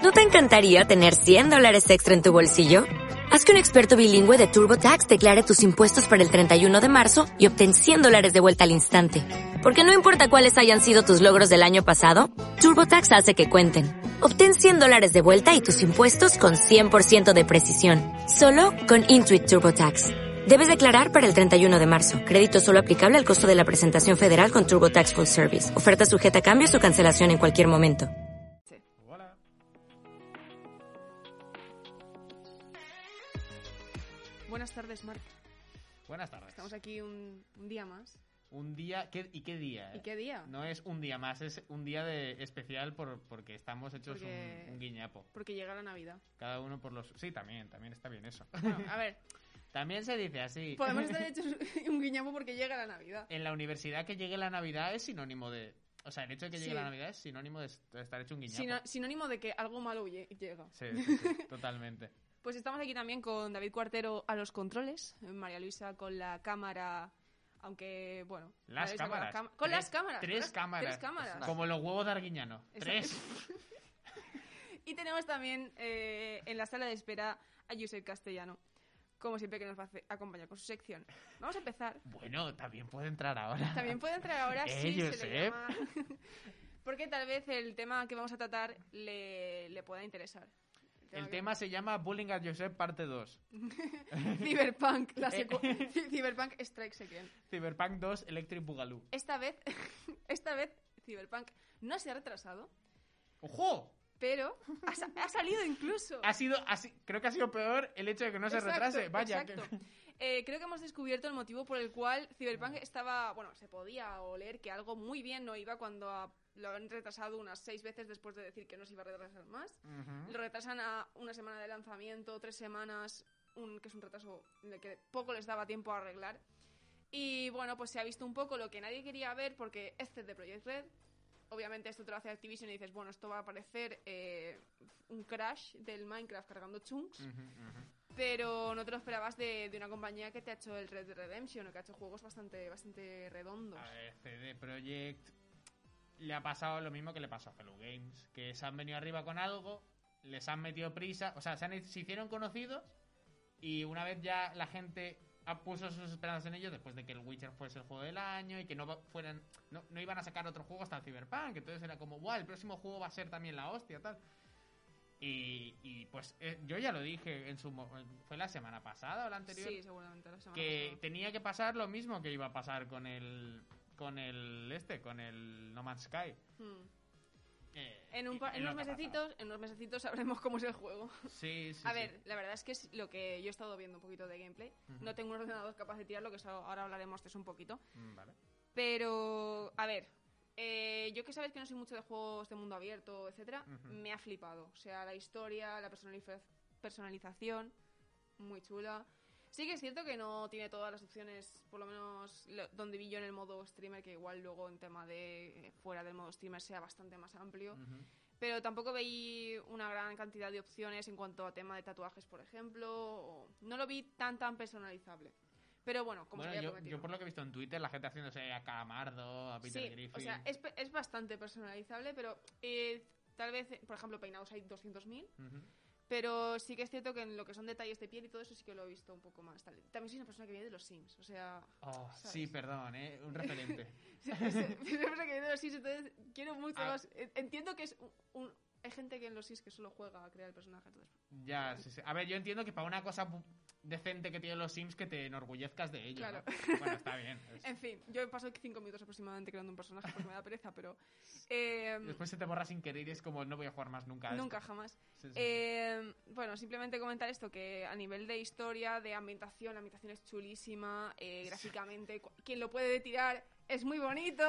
¿No te encantaría tener $100 extra en tu bolsillo? Haz que un experto bilingüe de TurboTax declare tus impuestos para el 31 de marzo y obtén $100 de vuelta al instante. Porque no importa cuáles hayan sido tus logros del año pasado, TurboTax hace que cuenten. Obtén $100 de vuelta y tus impuestos con 100% de precisión. Solo con Intuit TurboTax. Debes declarar para el 31 de marzo. Crédito solo aplicable al costo de la presentación federal con TurboTax Full Service. Oferta sujeta a cambios o cancelación en cualquier momento. Hola. Buenas tardes, Marc. Buenas tardes. Estamos aquí un día más. Un día... ¿Y qué día? ¿Y qué día? No es un día más, es un día especial porque estamos hechos un guiñapo. Porque llega la Navidad. Cada uno por los... Sí, también está bien eso. Bueno, a ver... También se dice así. Podemos estar hechos un guiñapo porque llega la Navidad. En la universidad que llegue la Navidad es sinónimo de... O sea, el hecho de que llegue la Navidad es sinónimo de estar hecho un guiñapo. Sinónimo de que algo malo llega. Sí, totalmente. Pues estamos aquí también con David Cuartero a los controles, María Luisa con la cámara, aunque, bueno... Las cámaras. Con las cámaras. Tres cámaras. Como los huevos de Arguiñano. Tres. Y tenemos también en la sala de espera a Josep Castellano, como siempre, que nos va a acompañar con su sección. Vamos a empezar. Bueno, también puede entrar ahora. También puede entrar ahora, sí, Josep. se le llama... Porque tal vez el tema que vamos a tratar le pueda interesar. El tema se llama Bullying a Josep parte 2. Cyberpunk, Cyberpunk Strikes Again. Cyberpunk 2 Electric Boogaloo. Esta vez Cyberpunk no se ha retrasado. ¡Ojo! Pero ha salido incluso. Creo que ha sido peor el hecho de que no se retrase. Vaya. Exacto. Creo que hemos descubierto el motivo por el cual Cyberpunk estaba... Bueno, se podía oler que algo muy bien no iba cuando lo han retrasado unas 6 veces después de decir que no se iba a retrasar más. Lo retrasan a una semana de lanzamiento, 3 semanas, que es un retraso en el que poco les daba tiempo a arreglar. Y bueno, pues se ha visto un poco lo que nadie quería ver porque es CD Projekt Red. Obviamente esto te lo hace Activision y dices, bueno, esto va a parecer un crash del Minecraft cargando chunks. Pero no te lo esperabas de una compañía que te ha hecho el Red Dead Redemption o que ha hecho juegos bastante redondos. A ver, CD Projekt le ha pasado lo mismo que le pasó a Hello Games, que se han venido arriba con algo, les han metido prisa, o sea, se hicieron conocidos y una vez ya la gente puso sus esperanzas en ellos después de que el Witcher fuese el juego del año y que no iban a sacar otro juego hasta el Cyberpunk, entonces era como, ¡guau! El próximo juego va a ser también la hostia, tal. Y pues yo ya lo dije fue la semana pasada o la anterior. Sí, seguramente la semana que pasada. tenía que pasar lo mismo que iba a pasar con el No Man's Sky. En unos mesecitos sabremos cómo es el juego. Sí. A ver, la verdad es que es lo que yo he estado viendo un poquito de gameplay. No tengo un ordenador capaz de tirarlo, que ahora hablaremos de eso un poquito. Vale. Pero, a ver, yo que sabes que no soy mucho de juegos de mundo abierto, etcétera, me ha flipado. O sea, la historia, la personalización, muy chula. Sí que es cierto que no tiene todas las opciones, por lo menos donde vi yo en el modo streamer, que igual luego en tema de fuera del modo streamer sea bastante más amplio. Pero tampoco veí una gran cantidad de opciones en cuanto a tema de tatuajes, por ejemplo. No lo vi tan personalizable. Pero bueno, como se había prometido. Yo por lo que he visto en Twitter, la gente haciéndose a Calamardo, a Peter Griffin. O sea, es bastante personalizable, pero tal vez, por ejemplo, peinados hay 200.000. Pero sí que es cierto que en lo que son detalles de piel y todo eso sí que lo he visto un poco más. También soy una persona que viene de los Sims, o sea... sí, perdón, un referente. Soy una persona que viene de los Sims, entonces quiero mucho más... Entiendo que es hay gente que en los Sims que solo juega a crear el personaje. Entonces... Ya, sí. A ver, yo entiendo que para una cosa decente que tienen los Sims que te enorgullezcas de ello, claro. ¿no? Bueno, está bien. En fin, yo he pasado 5 minutos aproximadamente creando un personaje porque me da pereza, pero... Después se te borra sin querer y es como, no voy a jugar más nunca. Nunca, jamás. Sí. Bueno, simplemente comentar esto, que a nivel de historia, de ambientación, la ambientación es chulísima, gráficamente, quien lo puede tirar es muy bonito.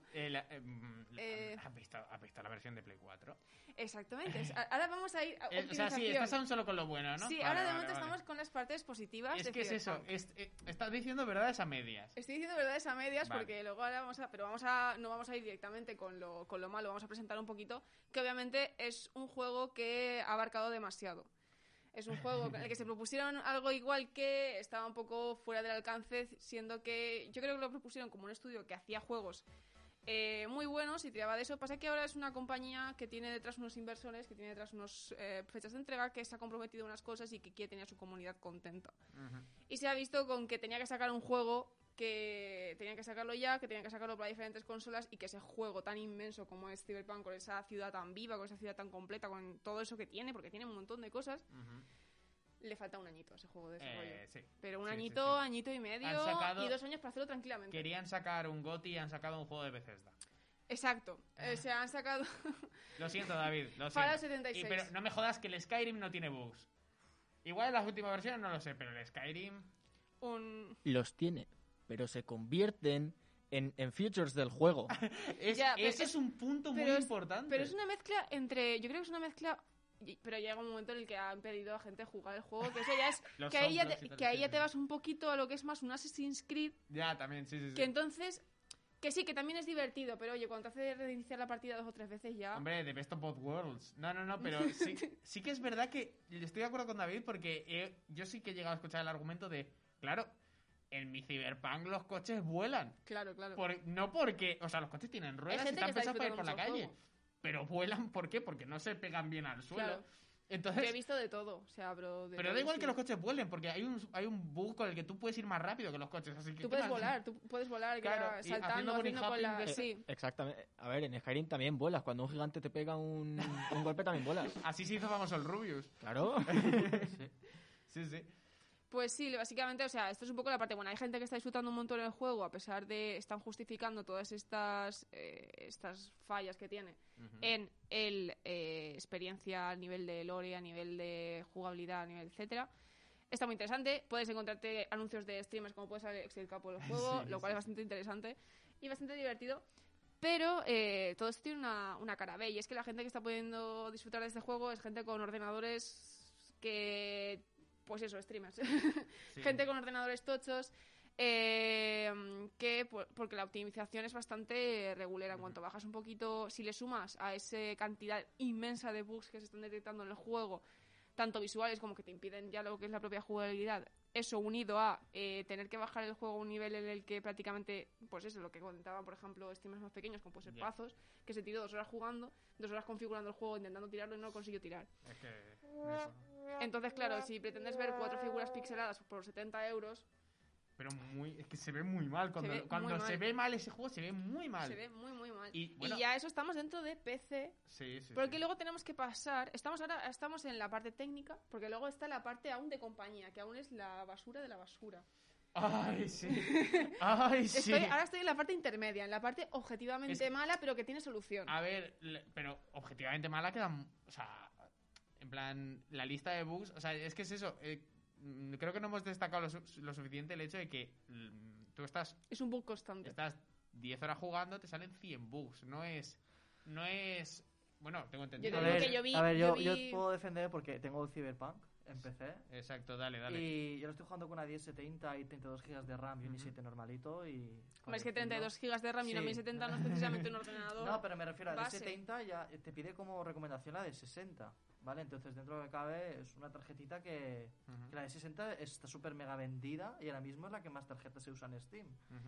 ¿Has visto la versión de Play 4? Exactamente. Ahora vamos a ir a optimización. O sea, sí, estás aún solo con lo bueno, ¿no? Sí, ahora de momento estamos con las partes positivas. Es que es eso, estás diciendo verdades a medias. Estoy diciendo verdades a medias vale. porque luego ahora no vamos a ir directamente con lo malo, vamos a presentar un poquito, que obviamente es un juego que ha abarcado demasiado. Es un juego en el que se propusieron algo igual que estaba un poco fuera del alcance, siendo que yo creo que lo propusieron como un estudio que hacía juegos muy buenos y tiraba de eso. Pasa que ahora es una compañía que tiene detrás unos inversores, que tiene detrás unos fechas de entrega, que se ha comprometido a unas cosas y que quiere tener a su comunidad contenta. Y se ha visto con que tenía que sacar un juego, que tenían que sacarlo ya, que tenían que sacarlo para diferentes consolas, y que ese juego tan inmenso como es Cyberpunk, con esa ciudad tan viva, con esa ciudad tan completa, con todo eso que tiene, porque tiene un montón de cosas, le falta un añito a ese juego de desarrollo. Sí. Pero un Sí, añito, sí. añito y medio y 2 años para hacerlo tranquilamente. Querían sacar un GOTY y han sacado un juego de Bethesda. Exacto. O sea, han sacado... Lo siento, David, lo siento. Fallout 76. Pero no me jodas que el Skyrim no tiene bugs. Igual en las últimas versiones no lo sé, pero el Skyrim... Los tiene, pero se convierten en features del juego. Ese es un punto muy importante. Pero es una mezcla entre... Yo creo que es una mezcla... Pero llega un momento en el que han pedido a gente jugar el juego, que eso ya es... que ahí ya te vas un poquito a lo que es más un Assassin's Creed. Ya, también, sí. Que entonces... Que sí, que también es divertido, pero oye, cuando te hace reiniciar la partida 2 o 3 veces ya... Hombre, The Best of Both Worlds. No, pero sí que es verdad que estoy de acuerdo con David, porque yo sí que he llegado a escuchar el argumento de... Claro, en mi Cyberpunk los coches vuelan. Claro. No porque... O sea, los coches tienen ruedas y están pensados para ir por la calle. Pero vuelan, ¿por qué? Porque no se pegan bien al suelo. Claro. Entonces, que he visto de todo, o sea, pero da igual que los coches vuelen, porque hay un bug con el que tú puedes ir más rápido que los coches, así que... Tú puedes volar, claro, saltando, haciendo con la... Sí. Exactamente. A ver, en Skyrim también vuelas. Cuando un gigante te pega un golpe también vuelas. Así se hizo famoso el Rubius. Claro. Sí. Pues sí, básicamente, o sea, esto es un poco la parte buena. Hay gente que está disfrutando un montón el juego, a pesar de... Están justificando todas estas fallas que tiene en el experiencia a nivel de lore, a nivel de jugabilidad, a nivel etcétera. Está muy interesante. Puedes encontrarte anuncios de streamers como puede ser el capo del juego, lo cual es bastante interesante y bastante divertido. Pero todo esto tiene una cara B, y es que la gente que está pudiendo disfrutar de este juego es gente con ordenadores que... Pues eso, streamers. Sí. Gente con ordenadores tochos, porque la optimización es bastante regulera. En cuanto bajas un poquito, si le sumas a esa cantidad inmensa de bugs que se están detectando en el juego, tanto visuales como que te impiden ya lo que es la propia jugabilidad, eso unido a tener que bajar el juego a un nivel en el que prácticamente, pues eso, lo que comentaban, por ejemplo, streamers más pequeños, como puede ser Pazos, que se tiró 2 horas jugando, 2 horas configurando el juego, intentando tirarlo y no lo consiguió tirar. Es que... Eso. Entonces, claro, si pretendes ver 4 figuras pixeladas por 70 euros... Pero es que se ve muy mal. Cuando se ve mal ese juego, se ve muy mal. Se ve muy mal. Y ya eso estamos dentro de PC. Sí. Porque luego tenemos que pasar... Estamos en la parte técnica, porque luego está la parte aún de compañía, que aún es la basura de la basura. ¡Ay, sí! Ahora estoy en la parte intermedia, en la parte objetivamente mala, pero que tiene solución. A ver, pero objetivamente mala queda... O sea, en plan, la lista de bugs... O sea, es que es eso... creo que no hemos destacado lo suficiente el hecho de que tú estás... Es un bug constante. Estás 10 horas jugando, te salen 100 bugs. No es... Bueno, tengo entendido. Yo puedo defender porque tengo Cyberpunk en PC. Exacto, dale. Y yo lo estoy jugando con una 1070 y 32 GB de RAM y un i7 normalito y... Hombre, es que 32 GB de RAM y una 1070 no es precisamente un ordenador. No, pero me refiero a la base. 1070 ya te pide como recomendación la de 60. ¿Vale? Entonces, dentro de lo que cabe, es una tarjetita que la de 60 está súper mega vendida y ahora mismo es la que más tarjetas se usa en Steam.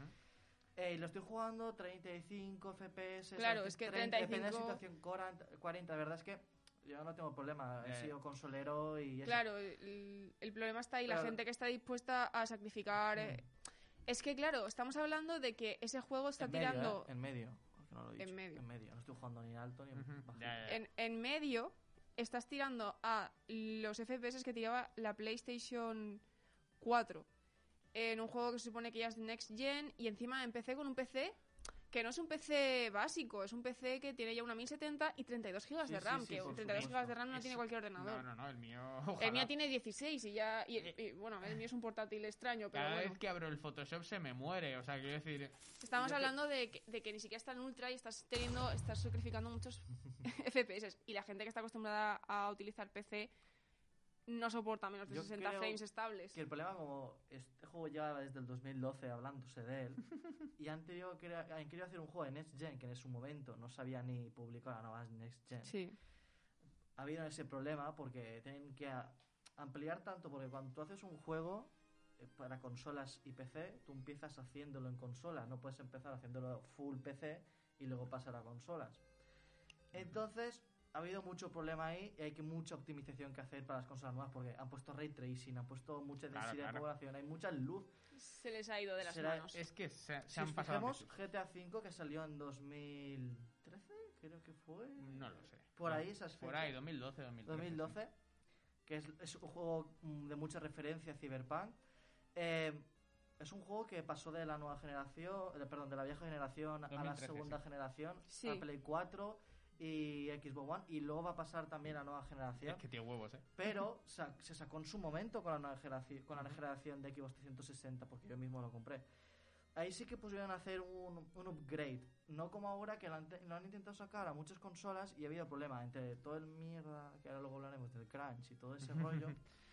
Y lo estoy jugando 35 FPS. Claro, es que 35... Depende de la situación 40. La verdad es que yo no tengo problema. He sido consolero y eso. Claro, el problema está ahí. Claro. La gente que está dispuesta a sacrificar... Es que, claro, estamos hablando de que ese juego está tirando... En medio. No lo he dicho. En medio. No estoy jugando ni alto ni bajo. En medio... Estás tirando a los FPS que tiraba la PlayStation 4 en un juego que se supone que ya es de Next Gen, y encima empecé con un PC que no es un PC básico, es un PC que tiene ya una 1070 y 32 GB de RAM, que 32 GB de RAM no tiene cualquier ordenador. No, el mío... Ojalá. El mío tiene 16 y bueno, el mío es un portátil extraño, pero cada bueno. vez que abro el Photoshop se me muere, o sea, quiero decir... Estamos hablando de que ni siquiera está en ultra y estás sacrificando muchos FPS, y la gente que está acostumbrada a utilizar PC no soporta menos de 60 frames estables. Que el problema, como este juego lleva desde el 2012 hablándose de él, y han querido hacer un juego de Next Gen que en su momento no sabía ni publicar la nueva Next Gen. Sí. Ha habido ese problema porque tienen que ampliar tanto, porque cuando tú haces un juego para consolas y PC, tú empiezas haciéndolo en consola, no puedes empezar haciéndolo full PC y luego pasar a consolas. Entonces, ha habido mucho problema ahí y hay mucha optimización que hacer para las consolas nuevas porque han puesto ray tracing, han puesto mucha densidad de población, hay mucha luz. Se les ha ido de las manos. Es que se Si han os pasado. fijemos, GTA V que salió en 2013, creo que fue. No lo sé. Por ahí esas fechas. Por ahí, 2012, 2012, que es un juego de mucha referencia a Cyberpunk. Es un juego que pasó de la nueva generación, de la vieja generación 2013, a la segunda generación, Sí. a Play 4 y Xbox One, y luego va a pasar también a la nueva generación. Es que tiene huevos, Pero se sacó en su momento con la nueva generación de Xbox 360, porque yo mismo lo compré. Ahí sí que pudieron hacer un upgrade, no como ahora que lo han intentado sacar a muchas consolas y ha habido problemas entre todo el mierda, que ahora luego hablaremos del crunch y todo ese rollo.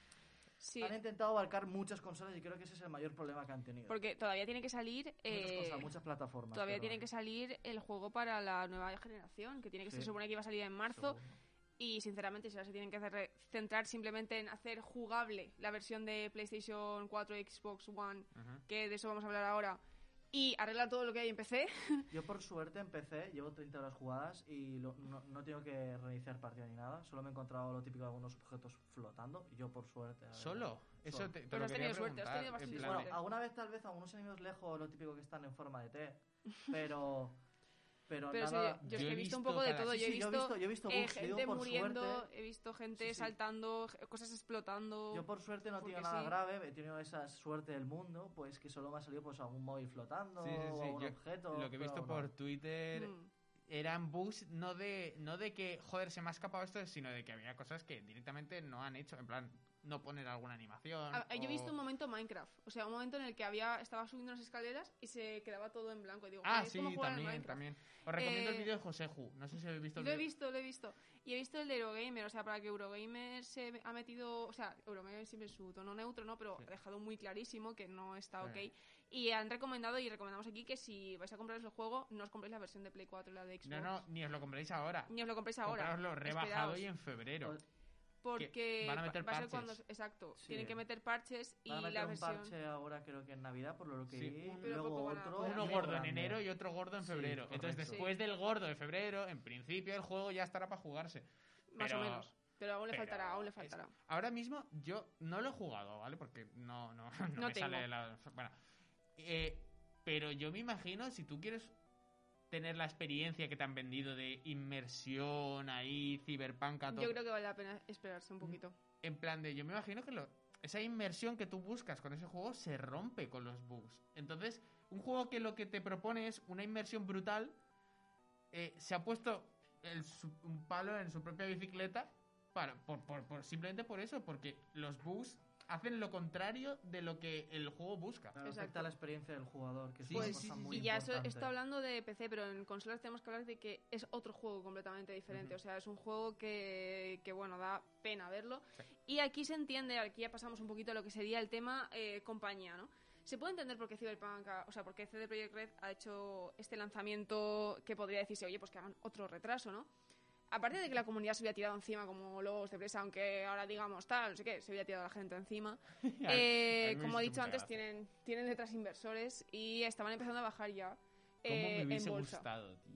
Sí, Han intentado abarcar muchas consolas y creo que ese es el mayor problema que han tenido. porque todavía tiene que salir... Muchas consolas, muchas plataformas. Todavía perdón. tiene que salir el juego para la nueva generación, que tiene que Sí. se supone que iba a salir en marzo. Segundo. Y sinceramente, si ahora se tienen que centrar simplemente en hacer jugable la versión de PlayStation 4 y Xbox One, que de eso vamos a hablar ahora, y arreglar todo lo que hay en PC. Yo por suerte empecé, llevo 30 horas jugadas y no tengo que reiniciar partida ni nada. Solo me he encontrado lo típico de algunos objetos flotando. Y yo por suerte... ¿Solo? Eso Solo. te Pues lo has quería tenido suerte, has preguntar, tenido en bastante plan Bueno, de- alguna vez tal vez algunos enemigos lejos, lo típico que están en forma de T. Pero Pero nada... sí, yo es Yo que he he visto un visto poco de cada- todo. Sí, Yo he sí, yo visto, he visto bugs, gente digo, por muriendo, suerte. he visto gente Sí, sí. saltando, cosas explotando. Yo por suerte no he Porque tenido nada sí. grave, he tenido esa suerte del mundo, pues que solo me ha salido pues algún móvil flotando Sí, sí, sí, o algún yo objeto. Lo que he visto pero por no. Twitter Mm. eran bugs no de que, joder, se me ha escapado esto, sino de que había cosas que directamente no han hecho. En plan, no poner alguna animación. Yo he visto un o- momento Minecraft, o sea, un momento en el que estaba subiendo unas escaleras y se quedaba todo en blanco. Y digo, Ah, "Joder, es sí, como jugar al también, Minecraft". también. Os recomiendo el Eh, vídeo de Joseju. No sé si habéis visto el Lo he vídeo. visto, lo he visto. Y he visto el de Eurogamer, o sea, para que Eurogamer se ha metido, o sea, Eurogamer siempre en su tono neutro, ¿no? Pero Sí. ha dejado muy clarísimo que no está Sí. ok. Y han recomendado, y recomendamos aquí, que si vais a compraros el juego, no os compréis la versión de Play 4 y la de Xbox. No, ni os lo compréis ahora. Ni os lo compréis ahora. Compraoslo rebajado Esperaos, y en febrero. Porque van a meter va a ser parches. exacto, Sí. tienen que meter parches y Van a meter la un versión... parche ahora creo que en Navidad, por lo que Sí, vi, pero luego poco van a otro... poder Uno muy gordo en grande. enero y otro gordo en Sí, febrero. correcto. Entonces, después del gordo de febrero, en principio el juego ya estará para jugarse. Más Pero- o menos. Pero aún le pero faltará, aún le es- faltará. Ahora mismo yo no lo he jugado, ¿vale? Porque no No me tengo. sale la... Bueno, pero yo me imagino, si tú quieres tener la experiencia que te han vendido de inmersión ahí, Cyberpunk a todo, Yo creo que vale la pena esperarse un poquito. en plan de, yo me imagino que esa inmersión que tú buscas con ese juego se rompe con los bugs. Entonces, un juego que lo que te propone es una inmersión brutal, se ha puesto un palo en su propia bicicleta simplemente por eso, porque los bugs hacen lo contrario de lo que el juego busca. Claro, Exacto. afecta a la experiencia del jugador, que es Sí, una sí, cosa sí, muy Y ya eso importante. está hablando de PC, pero en consolas tenemos que hablar de que es otro juego completamente diferente. Ujú. O sea, es un juego que bueno, da pena verlo. Sí. Y aquí se entiende, aquí ya pasamos un poquito a lo que sería el tema compañía, ¿no? Se puede entender por qué Cyberpunk, o sea, por qué CD Projekt Red ha hecho este lanzamiento que podría decirse, oye, pues que hagan otro retraso, ¿no? Aparte de que la comunidad se había tirado encima como lobos de presa, aunque ahora digamos tal, no sé qué, se había tirado la gente encima. A mí me Como he hizo dicho mucha antes, gracia. tienen detrás inversores y estaban empezando a bajar ya ¿Cómo me en hubiese bolsa. gustado, tío?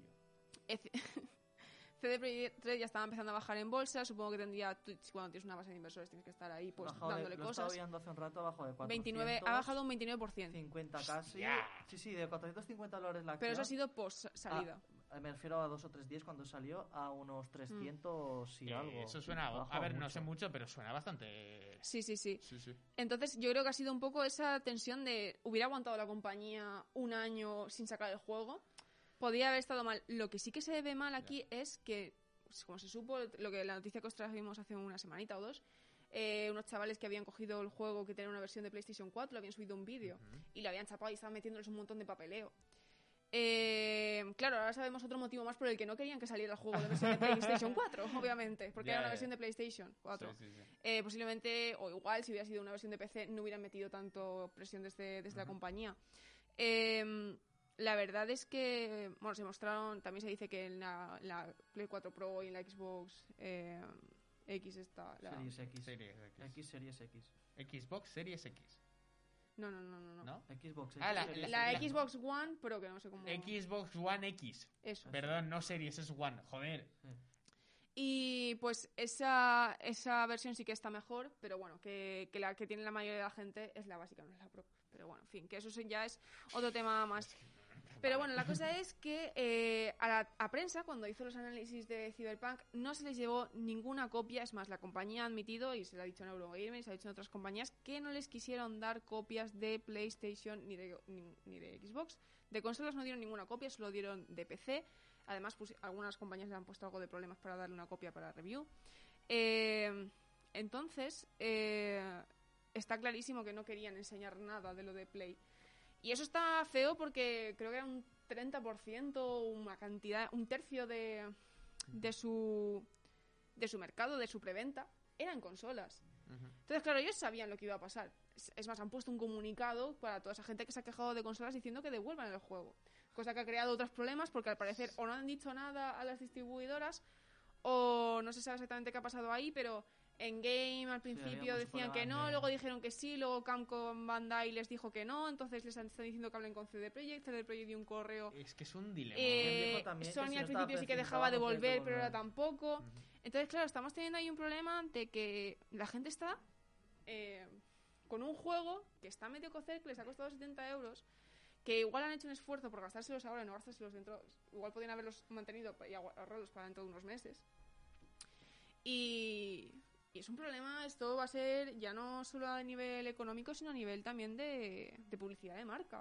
CD Projekt Red ya estaba empezando a bajar en bolsa, supongo que tendría, cuando tienes una base de inversores tienes que estar ahí pues Bajado de- dándole lo he estado cosas. viendo hace un rato, abajo de 400. 29, ha bajado un 29%, 50 casi. Hostia. Sí, de 450 dólares la acción. pero eso ha sido post salida. Me refiero a 2 o 3 días cuando salió a unos 300 y algo. Eso suena... Ha A bajado ver, no mucho. sé mucho, pero suena bastante... Sí, sí, sí. Sí, sí. Entonces yo creo que ha sido un poco esa tensión de hubiera aguantado la compañía un año sin sacar el juego, podría haber estado mal. Lo que sí que se ve mal aquí es que, pues, como se supo, la noticia que os trajimos hace una semanita o dos, unos chavales que habían cogido el juego que tenía una versión de PlayStation 4, habían subido un vídeo y lo habían chapado y estaban metiéndoles un montón de papeleo. Claro, ahora sabemos otro motivo más por el que no querían que saliera el juego de versión de PlayStation 4, obviamente, porque Ya, era una ya. versión de PlayStation 4. Sí, sí, sí. Posiblemente, o igual, si hubiera sido una versión de PC, no hubieran metido tanto presión desde la compañía. La verdad es que, bueno, se mostraron, también se dice que en la Play 4 Pro y en la Xbox X está la... Series X. Series X. X, Series X. Xbox Series X. No. ¿No? Xbox Ah, X. La Xbox One, pero que no sé cómo... Xbox One X. Eso. Perdón, no Series, es One. Joder. Y pues esa versión sí que está mejor, pero bueno, que la que tiene la mayoría de la gente es la básica, no es la Pro. Pero bueno, en fin, que eso ya es otro tema más. Pero bueno, la cosa es que a prensa, cuando hizo los análisis de Cyberpunk, no se les llevó ninguna copia. Es más, la compañía ha admitido, y se lo ha dicho en Eurogamer y se lo ha dicho en otras compañías, que no les quisieron dar copias de PlayStation ni de Xbox. De consolas no dieron ninguna copia, solo dieron de PC. Además, pues, algunas compañías le han puesto algo de problemas para darle una copia para review. Entonces, está clarísimo que no querían enseñar nada de lo de Play. Y eso está feo porque creo que era un 30%, una cantidad, un tercio de su mercado, de su preventa, eran consolas. Entonces, claro, ellos sabían lo que iba a pasar. Es más, han puesto un comunicado para toda esa gente que se ha quejado de consolas diciendo que devuelvan el juego. Cosa que ha creado otros problemas porque al parecer o no han dicho nada a las distribuidoras o no se sabe exactamente qué ha pasado ahí, pero en Game al principio decían que no, luego dijeron que sí, luego Capcom Bandai les dijo que no, entonces les están diciendo que hablen con CD Projekt dio un correo. Es que es un dilema. Sony al principio sí que dejaba de volver, pero ahora tampoco. Entonces, claro, estamos teniendo ahí un problema de que la gente está con un juego que está medio cocer, que les ha costado 70 euros, que igual han hecho un esfuerzo por gastárselos ahora y no gastárselos dentro, igual podrían haberlos mantenido y ahorrarlos para dentro de unos meses. Y es un problema, esto va a ser ya no solo a nivel económico, sino a nivel también de publicidad de marca.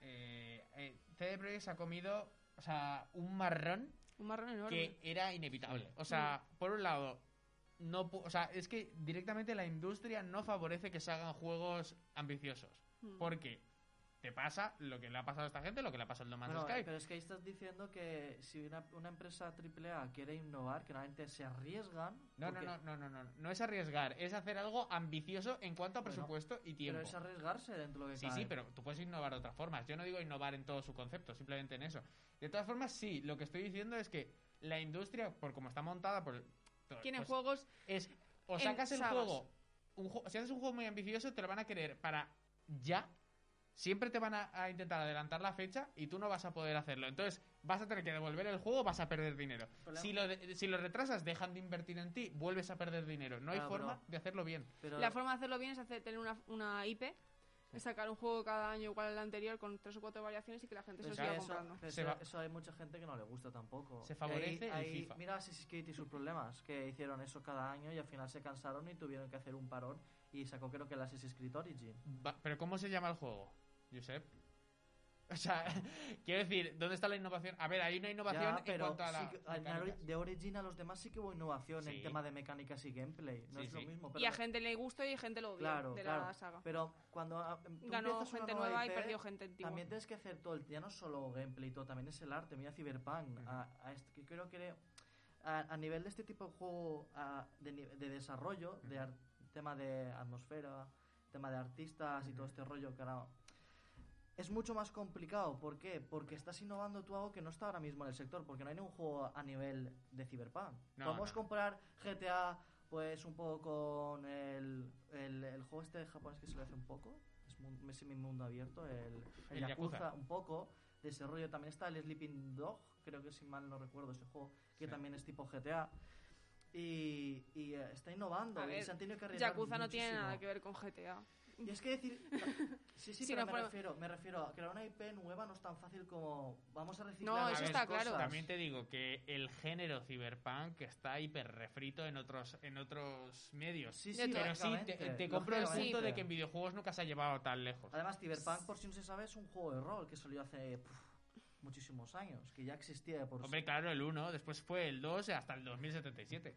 CD Projekt se ha comido, o sea, un marrón enorme que era inevitable. O sea, por un lado, o sea, es que directamente la industria no favorece que se hagan juegos ambiciosos. Porque te pasa lo que le ha pasado a esta gente, lo que le ha pasado al No Man's Sky. Pero es que ahí estás diciendo que si una empresa AAA quiere innovar, que normalmente se arriesgan... No es arriesgar, es hacer algo ambicioso en cuanto a presupuesto y tiempo. Pero es arriesgarse dentro de lo que cabe. Sí, pero tú puedes innovar de otras formas. Yo no digo innovar en todo su concepto, simplemente en eso. De todas formas, sí, lo que estoy diciendo es que la industria, por como está montada... Tienen juegos... O sacas el juego... Si haces un juego muy ambicioso, te lo van a querer para ya... Siempre te van a intentar adelantar la fecha y tú no vas a poder hacerlo. Entonces vas a tener que devolver el juego, vas a perder dinero. Si lo retrasas, dejan de invertir en ti, vuelves a perder dinero. No hay forma de hacerlo bien. La forma de hacerlo bien es tener una IP, es sacar un juego cada año igual al anterior con 3 o 4 variaciones y que la gente se lo siga comprando. Eso hay mucha gente que no le gusta tampoco. Se favorece el FIFA. Mira Assassin's Creed y sus problemas, que hicieron eso cada año y al final se cansaron y tuvieron que hacer un parón y sacó creo que el Assassin's Creed Origin. ¿Pero cómo se llama el juego, Josep? O sea, quiero decir, ¿dónde está la innovación? A ver, hay una innovación en cuanto a de Origin a los demás sí que hubo innovación en tema de mecánicas y gameplay. No es lo mismo. Pero y a gente le gustó y a gente lo odió la saga. Pero cuando ganó gente nueva y perdió gente antigua. También tienes que hacer todo, ya no solo gameplay y todo, también es el arte. Mira Cyberpunk. Que creo que a nivel de este tipo de juego de desarrollo, de tema de atmósfera, tema de artistas y todo este rollo que ahora... Es mucho más complicado. ¿Por qué? Porque estás innovando tú algo que no está ahora mismo en el sector. Porque no hay ningún juego a nivel de Cyberpunk. Podemos comparar GTA pues un poco con el juego este japonés que se le hace un poco. Es mi mundo abierto. El Yakuza un poco. De ese rollo. También está el Sleeping Dog. Creo que si mal no recuerdo ese juego. Que también es tipo GTA. Y está innovando. A ver, se han tenido que arriesgar Yakuza no muchísimo. tiene nada que ver con GTA. Y es que decir... Sí, pero me refiero a crear una IP nueva no es tan fácil como vamos a reciclar. No, eso está claro. También te digo que el género Cyberpunk está hiper refrito en otros medios. Sí, pero sí, te compro el punto de que en videojuegos nunca se ha llevado tan lejos. Además, Cyberpunk, por si no se sabe, es un juego de rol que salió hace... muchísimos años, que ya existía de por sí. Hombre, claro, el 1, después fue el 2 hasta el 2077.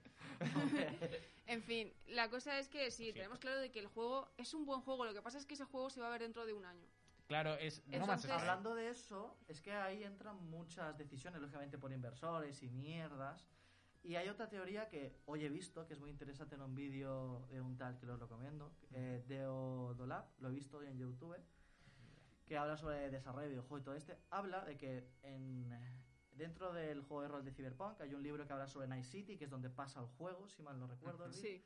En fin, la cosa es que sí, tenemos claro de que el juego es un buen juego, lo que pasa es que ese juego se va a ver dentro de un año. Claro, hablando de eso, es que ahí entran muchas decisiones, lógicamente por inversores y mierdas. Y hay otra teoría que hoy he visto, que es muy interesante en un vídeo de un tal que os recomiendo, de Odolab, lo he visto hoy en YouTube, que habla sobre desarrollo de videojuegos y todo habla de que dentro del juego de rol de Cyberpunk hay un libro que habla sobre Night City, que es donde pasa el juego, si mal no recuerdo. Sí.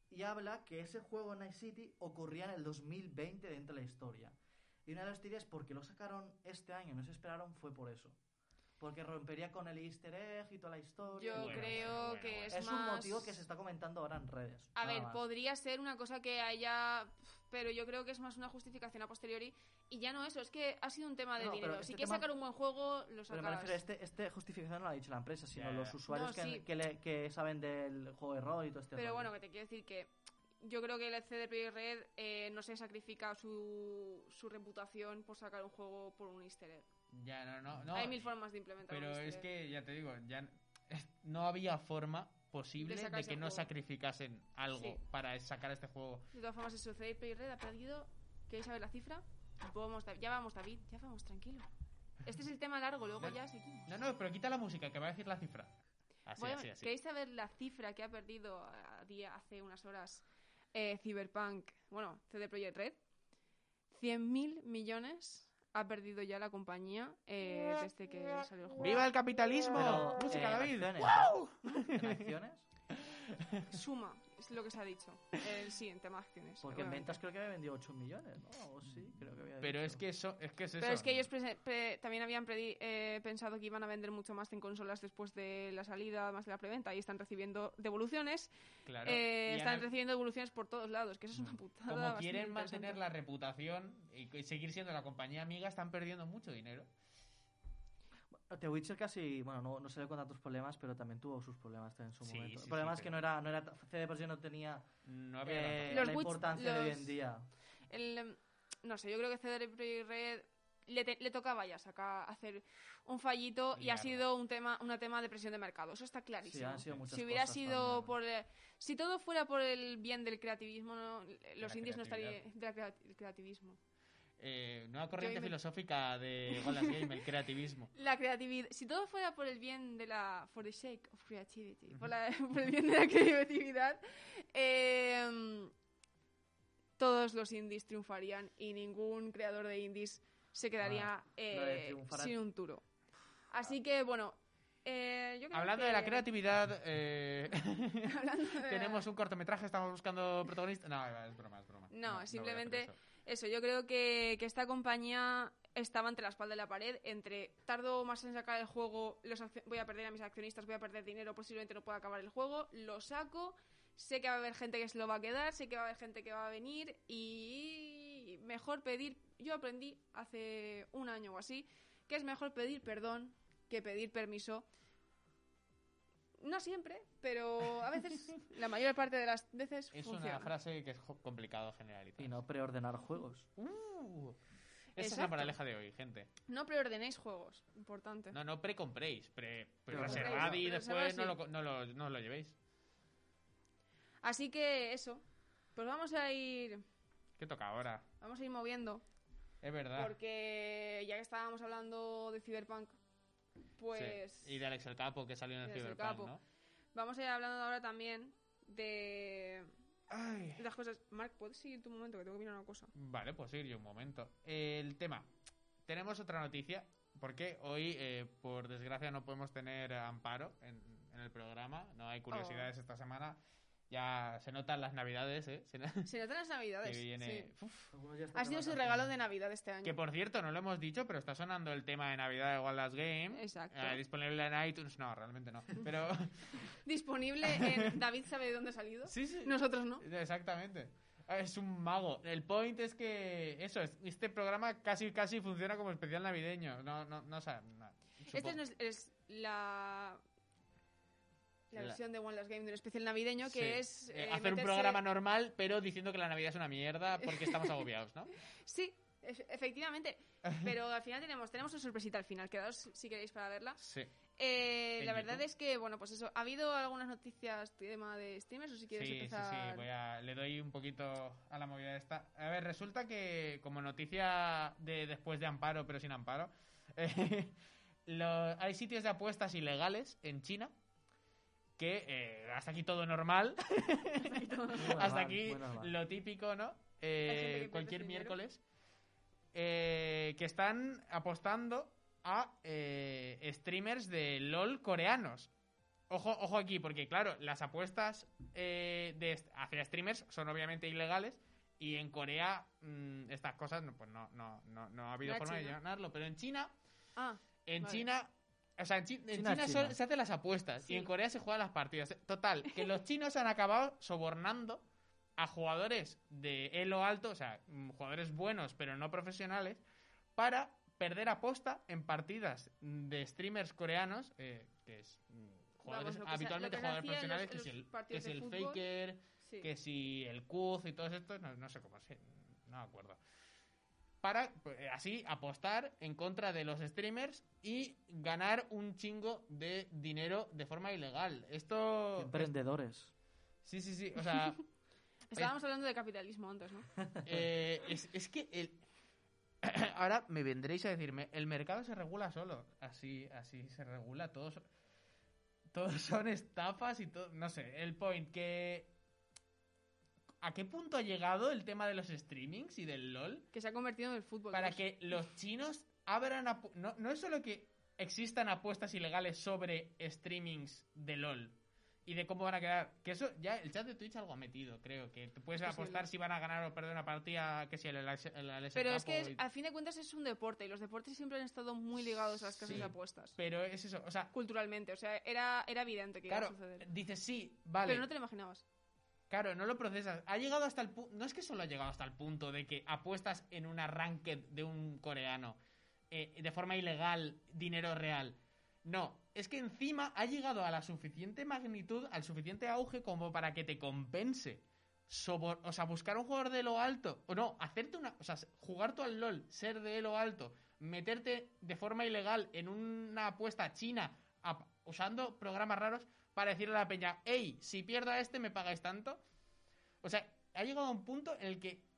y habla que ese juego Night City ocurría en el 2020 dentro de la historia. Y una de las teorías por qué lo sacaron este año, no se esperaron, fue por eso. Porque rompería con el easter egg y toda la historia. Yo creo que es Es más... un motivo que se está comentando ahora en redes. A nada ver, más. podría ser una cosa que haya... Pero yo creo que es más una justificación a posteriori. Y ya no eso, es que ha sido un tema de No, pero dinero. este Si quieres tema- sacar un buen juego, lo Pero me sacarás. refiero, este justificación no lo ha dicho la empresa, sino Ya, ya. los usuarios No, sí. que saben del juego de rol y todo este Pero rollo. bueno, que te quiero decir que yo creo que el CD Projekt Red no se sacrifica su reputación por sacar un juego por un easter egg. Ya, no. Hay mil formas de implementar Pero un easter es egg. que, ya te digo, no había forma posible De sacar de ese que no juego. sacrificasen algo Sí. para sacar este juego. De todas formas, eso, CD Projekt Red ha perdido... ¿Queréis saber la cifra? Ya vamos, David, ya vamos, tranquilo. Este es el tema largo, luego ya seguimos. No, pero quita la música, que va a decir la cifra. Así. ¿Queréis saber la cifra que ha perdido hace unas horas Cyberpunk, bueno, CD Projekt Red? 100.000 millones ha perdido ya la compañía desde que salió el juego. ¡Viva el capitalismo! Pero, ¡Música, David! acciones, ¡Wow! ¿En acciones? Suma, es lo que se ha dicho. Sí, en tema de acciones. Porque en obviamente. ventas creo que había vendido 8 millones, ¿no? O sí, creo que había Pero dicho. es que es eso. Pero es que ellos también habían pensado que iban a vender mucho más en consolas después de la salida, más de la preventa, y están recibiendo devoluciones. Claro. Están recibiendo devoluciones por todos lados, que eso es una putada. Como bastante quieren interesante. mantener la reputación y seguir siendo la compañía amiga, están perdiendo mucho dinero. The Witcher casi, bueno, no salió con tantos problemas, pero también tuvo sus problemas en su Sí, momento. sí, El problema sí, es que pero- no era CD Projekt no tenía No había Los la Witch- importancia de hoy los- en día. No sé, yo creo que CD Projekt Red le tocaba ya hacer un fallito y ha Liarla. sido un tema de presión de mercado. Eso está clarísimo. Sí, han sido muchas Si hubiera cosas sido también. si todo fuera por el bien del creativismo, los la indies no estarían creatividad. del creativismo. Nueva corriente Yo me- filosófica de Wallace Game, el creativismo. La creatividad, si todo fuera por el bien de for the sake of creativity, por el bien de la creatividad, todos los indies triunfarían y ningún creador de indies se quedaría lo de triunfar sin un duro. Así que, bueno, yo creo Hablando que- de la creatividad, hablando de- tenemos un cortometraje, estamos buscando protagonistas. No, es broma. No, voy a simplemente hacer eso. eso, yo creo que esta compañía estaba entre la espalda y la pared, entre tardo más en sacar el juego, voy a perder a mis accionistas, voy a perder dinero, posiblemente no pueda acabar el juego, lo saco, sé que va a haber gente que se lo va a quedar, sé que va a haber gente que va a venir y mejor pedir, yo aprendí hace un año o así, que es mejor pedir perdón que pedir permiso. No siempre, pero a veces, la mayor parte de las veces Es funciona. una frase que es complicado generalizar. Y no preordenar juegos. Esa es la Exacto. moraleja de hoy, gente. No preordenéis juegos, importante. No precompréis, Pero reservad y reservad, después sí. no lo llevéis. Así que eso, pues vamos a ir ¿Qué toca ahora? moviendo, Es verdad. porque ya que estábamos hablando de Cyberpunk, pues Sí. Y de Alex el Capo, que salió en el Y de Alex el Cyberpunk, Capo. ¿no? vamos a ir hablando ahora también de Ay. las cosas. Marc, ¿puedes seguir tu momento? Que tengo que mirar una cosa. Vale, pues ir yo un momento. El tema. Tenemos otra noticia, porque hoy, por desgracia, no podemos tener Amparo en el programa. No hay curiosidades esta semana. Ya se notan las navidades, ¿eh? Se notan las navidades. Que viene... Sí. Uf. Algunos ya están Ha sido de su vacaciones. regalo de Navidad este año. Que por cierto, no lo hemos dicho, pero está sonando el tema de Navidad de Wallace Game. Exacto. Disponible en iTunes. No, realmente no. Pero. Disponible en David sabe de dónde ha salido. Sí. Nosotros no. Exactamente. Es un mago. El point es que este programa casi funciona como especial navideño. No sé. Esta es la versión de One Last Game de un especial navideño que es hacer un meterse- programa normal, pero diciendo que la Navidad es una mierda porque estamos agobiados, ¿no? Sí, efectivamente. Pero al final tenemos una sorpresita al final. Quedaos si queréis para verla. Sí. La verdad YouTube. es que, bueno, pues eso. ¿Ha habido algunas noticias tema de streamers o si quieres Sí. empezar? Le doy un poquito a la movida esta. A ver, resulta que como noticia de después de Amparo, pero sin Amparo, hay sitios de apuestas ilegales en China que hasta aquí todo normal. Muy normal, Hasta aquí muy normal. lo típico, ¿no? gente que pierde Cualquier dinero. miércoles. Que están apostando a streamers de LOL coreanos. Ojo aquí, porque claro, las apuestas hacia streamers son obviamente ilegales y en Corea estas cosas pues no ha habido forma de ganarlo, pero en China China, o sea, en China se hacen las apuestas y en Corea se juegan las partidas. Total, que los chinos han acabado sobornando a jugadores de elo alto, o sea, jugadores buenos pero no profesionales, para perder aposta en partidas de streamers coreanos, que es jugadores habitualmente jugadores profesionales, que si el Faker, que si el Kuz y todos estos, no sé cómo se, no me acuerdo. Para así apostar en contra de los streamers y ganar un chingo de dinero de forma ilegal. Esto... Emprendedores. Sí, o sea... Estábamos hablando de capitalismo antes, ¿no? Es que ahora me vendréis a decirme, el mercado se regula solo. Así se regula. Todos son estafas y todo. No sé, el point que... ¿A qué punto ha llegado el tema de los streamings y del LOL? Que se ha convertido en el fútbol. Para que los chinos abran... No es solo que existan apuestas ilegales sobre streamings de LOL y de cómo van a quedar. Que eso ya el chat de Twitch algo ha metido, creo. Que tú puedes apostar si van a ganar o perder una partida, que si el Pero es que a fin de cuentas es un deporte y los deportes siempre han estado muy ligados a las casas de apuestas. Pero es eso, o sea... Culturalmente, o sea, era evidente que iba a suceder. Dices sí, vale. Pero no te lo imaginabas. Claro, no lo procesas. Ha llegado hasta el punto... No es que solo ha llegado hasta el punto de que apuestas en una ranked de un coreano de forma ilegal, dinero real. No, es que encima ha llegado a la suficiente magnitud, al suficiente auge como para que te compense. O sea, buscar un jugador de elo alto. O no, hacerte una... O sea, jugar tú al LOL, ser de elo alto, meterte de forma ilegal en una apuesta china usando programas raros para decirle a la peña, hey, si pierdo a este me pagáis tanto. O sea, ha llegado a un punto en el que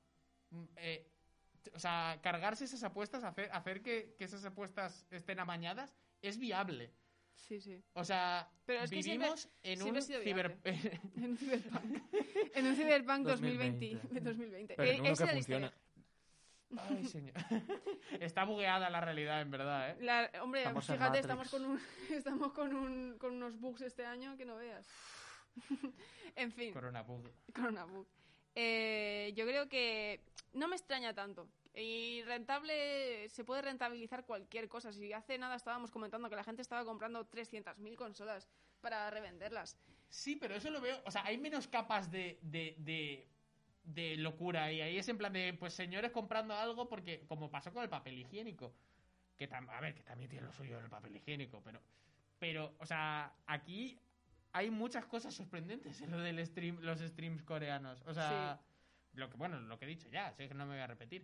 o sea, cargarse esas apuestas, hacer que esas apuestas estén amañadas, es viable. Sí. O sea, pero es vivimos que en un Cyberpunk. En un Cyberpunk 2020. Pero en uno que funciona. Ay, señor. Está bugueada la realidad, en verdad, ¿eh? Hombre, fíjate, estamos con unos bugs este año que no veas. En fin. Corona bug. Yo creo que no me extraña tanto. Y se puede rentabilizar cualquier cosa. Si hace nada estábamos comentando que la gente estaba comprando 300.000 consolas para revenderlas. Sí, pero eso lo veo... O sea, hay menos capas de locura y ahí es en plan de, pues señores comprando algo porque, como pasó con el papel higiénico, que también tiene lo suyo el papel higiénico, pero, o sea, aquí hay muchas cosas sorprendentes en lo del los streams coreanos. O sea, lo que he dicho ya, sé que no me voy a repetir.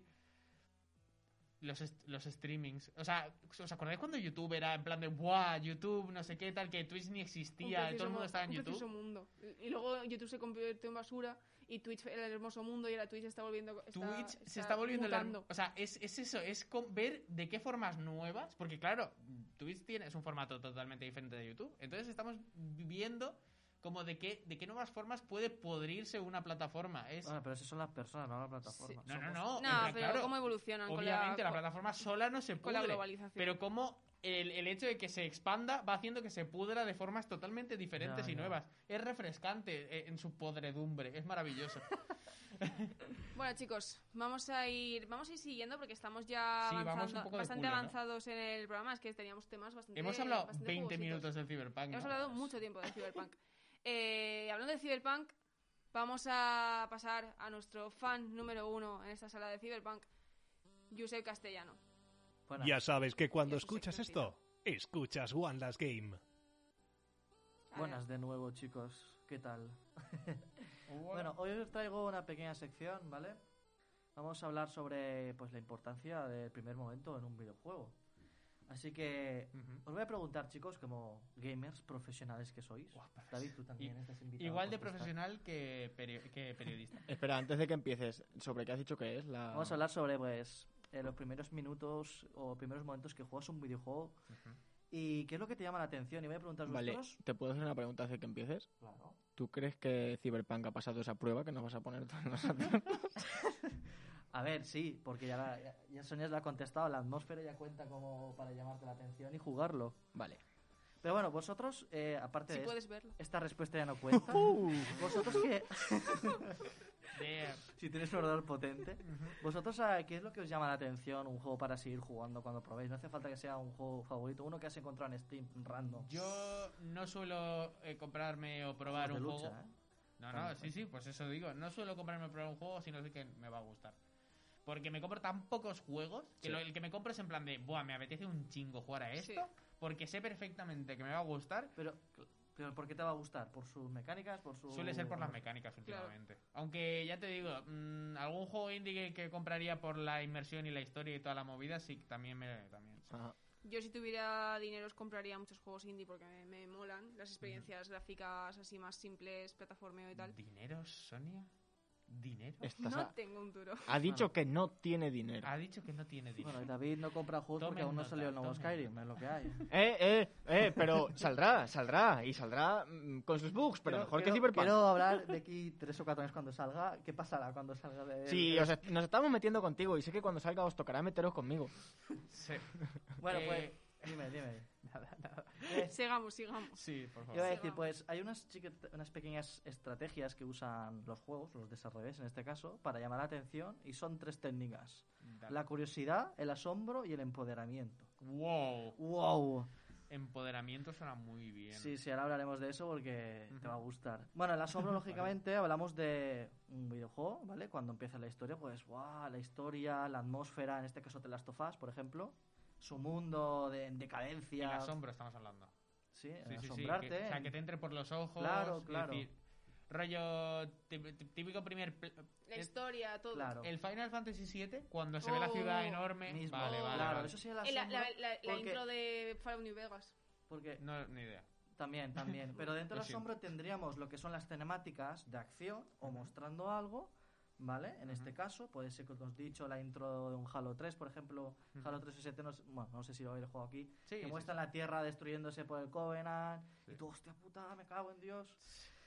Los streamings. O sea, ¿os acordáis cuando YouTube era en plan de ¡buah! YouTube, no sé qué tal, que Twitch ni existía, y todo el mundo estaba en YouTube? Mundo. Y luego YouTube se convirtió en basura y Twitch era el hermoso mundo y ahora Twitch está volviendo... Twitch se está volviendo... O sea, es eso, es ver de qué formas nuevas, porque claro, Twitch es un formato totalmente diferente de YouTube, entonces estamos viendo como de qué nuevas formas puede podrirse una plataforma. Bueno, pero esas son las personas, no la plataforma. Sí. No, pero claro, cómo evolucionan. Obviamente la plataforma sola no se pudre, con la globalización. pero cómo el hecho de que se expanda va haciendo que se pudra de formas totalmente diferentes y nuevas. Es refrescante en su podredumbre, es maravilloso. Bueno, chicos, vamos a ir siguiendo porque estamos ya bastante avanzados en el programa. Es que teníamos temas bastante... Hemos hablado 20 jugositos. Minutos del Cyberpunk. Hemos hablado mucho tiempo del Cyberpunk. Hablando de Cyberpunk, vamos a pasar a nuestro fan número 1 en esta sala de Cyberpunk, Josep Castellano. Buenas. Ya sabes que cuando escuchas esto, escuchas One Last Game. Buenas de nuevo, chicos. ¿Qué tal? Bueno, hoy os traigo una pequeña sección, ¿vale? Vamos a hablar sobre pues la importancia del primer momento en un videojuego. Así que os voy a preguntar, chicos, como gamers profesionales que sois. David, tú también estás invitado. Igual de profesional que periodista. Espera, antes de que empieces, ¿sobre qué has dicho que es? Vamos a hablar sobre pues los primeros minutos o primeros momentos que juegas un videojuego y qué es lo que te llama la atención. Y voy a preguntar a vosotros. Vale, ¿te puedo hacer una pregunta antes de que empieces? Claro. ¿Tú crees que Cyberpunk ha pasado esa prueba que nos vas a poner todos nosotros? A ver, sí, porque ya Sonia la ha contestado. La atmósfera ya cuenta como para llamarte la atención y jugarlo. Vale. Pero bueno, vosotros, aparte Si de puedes verlo. esta respuesta ya no cuenta. Vosotros que... Si tienes un ordenador potente. ¿Vosotros qué es lo que os llama la atención? Un juego para seguir jugando cuando probéis. No hace falta que sea un juego favorito. Uno que has encontrado en Steam, random. Yo no suelo comprarme o probar Juegos un de lucha, juego. ¿eh? No, no, sí, pues eso digo. No suelo comprarme o probar un juego si no sé que me va a gustar. Porque me compro tan pocos juegos que el que me compro es en plan de, buah, me apetece un chingo jugar a esto. Sí. Porque sé perfectamente que me va a gustar. Pero ¿por qué te va a gustar? ¿Por sus mecánicas? Suele ser por las mecánicas últimamente. Aunque ya te digo, algún juego indie que compraría por la inmersión y la historia y toda la movida, sí, también sí. Ajá. Yo si tuviera dinero os compraría muchos juegos indie porque me molan las experiencias gráficas así más simples, plataformeo y tal. ¿Dinero, Sonia? ¿Dinero? No tengo un duro. Ha dicho que no tiene dinero. Ha dicho que no tiene dinero. Bueno, y David no compra juegos porque Tomen aún no nota, salió el nuevo tomen Skyrim, es lo que hay. Pero saldrá con sus bugs, pero mejor que Cyberpunk. Quiero hablar de aquí 3 o 4 años cuando salga. ¿Qué pasará cuando salga de...? Sí, nos estamos metiendo contigo y sé que cuando salga os tocará meteros conmigo. Sí. Bueno, pues... Dime. Sigamos. Sí, por favor. Iba a decir, pues hay unas pequeñas estrategias que usan los juegos, los desarrolladores en este caso, para llamar la atención, y son 3 técnicas. Dale. La curiosidad, el asombro y el empoderamiento. ¡Wow! Empoderamiento suena muy bien. Sí, ahora hablaremos de eso porque te va a gustar. Bueno, el asombro, lógicamente, hablamos de un videojuego, ¿vale? Cuando empieza la historia, pues, ¡wow! La historia, la atmósfera, en este caso The Last of Us, por ejemplo. Su mundo en decadencia. El asombro estamos hablando. Sí, Sí, asombrarte. o sea, que te entre por los ojos. Claro. Es decir, rollo típico primer... La historia, todo. Claro. El Final Fantasy VII, cuando se ve la ciudad enorme... Mismo. Vale. Claro, eso sí el asombro. La porque- intro de Fallout New Vegas. Porque No, ni idea. también. Pero dentro Lo del asombro tendríamos lo que son las cinemáticas de acción o mostrando algo, ¿vale? En este caso, puede ser que os he dicho la intro de un Halo 3, por ejemplo. Halo 3 ST, no sé si lo habéis jugado aquí. Sí, que sí, muestran la Tierra destruyéndose por el Covenant. Sí. Y tú, hostia puta, me cago en Dios.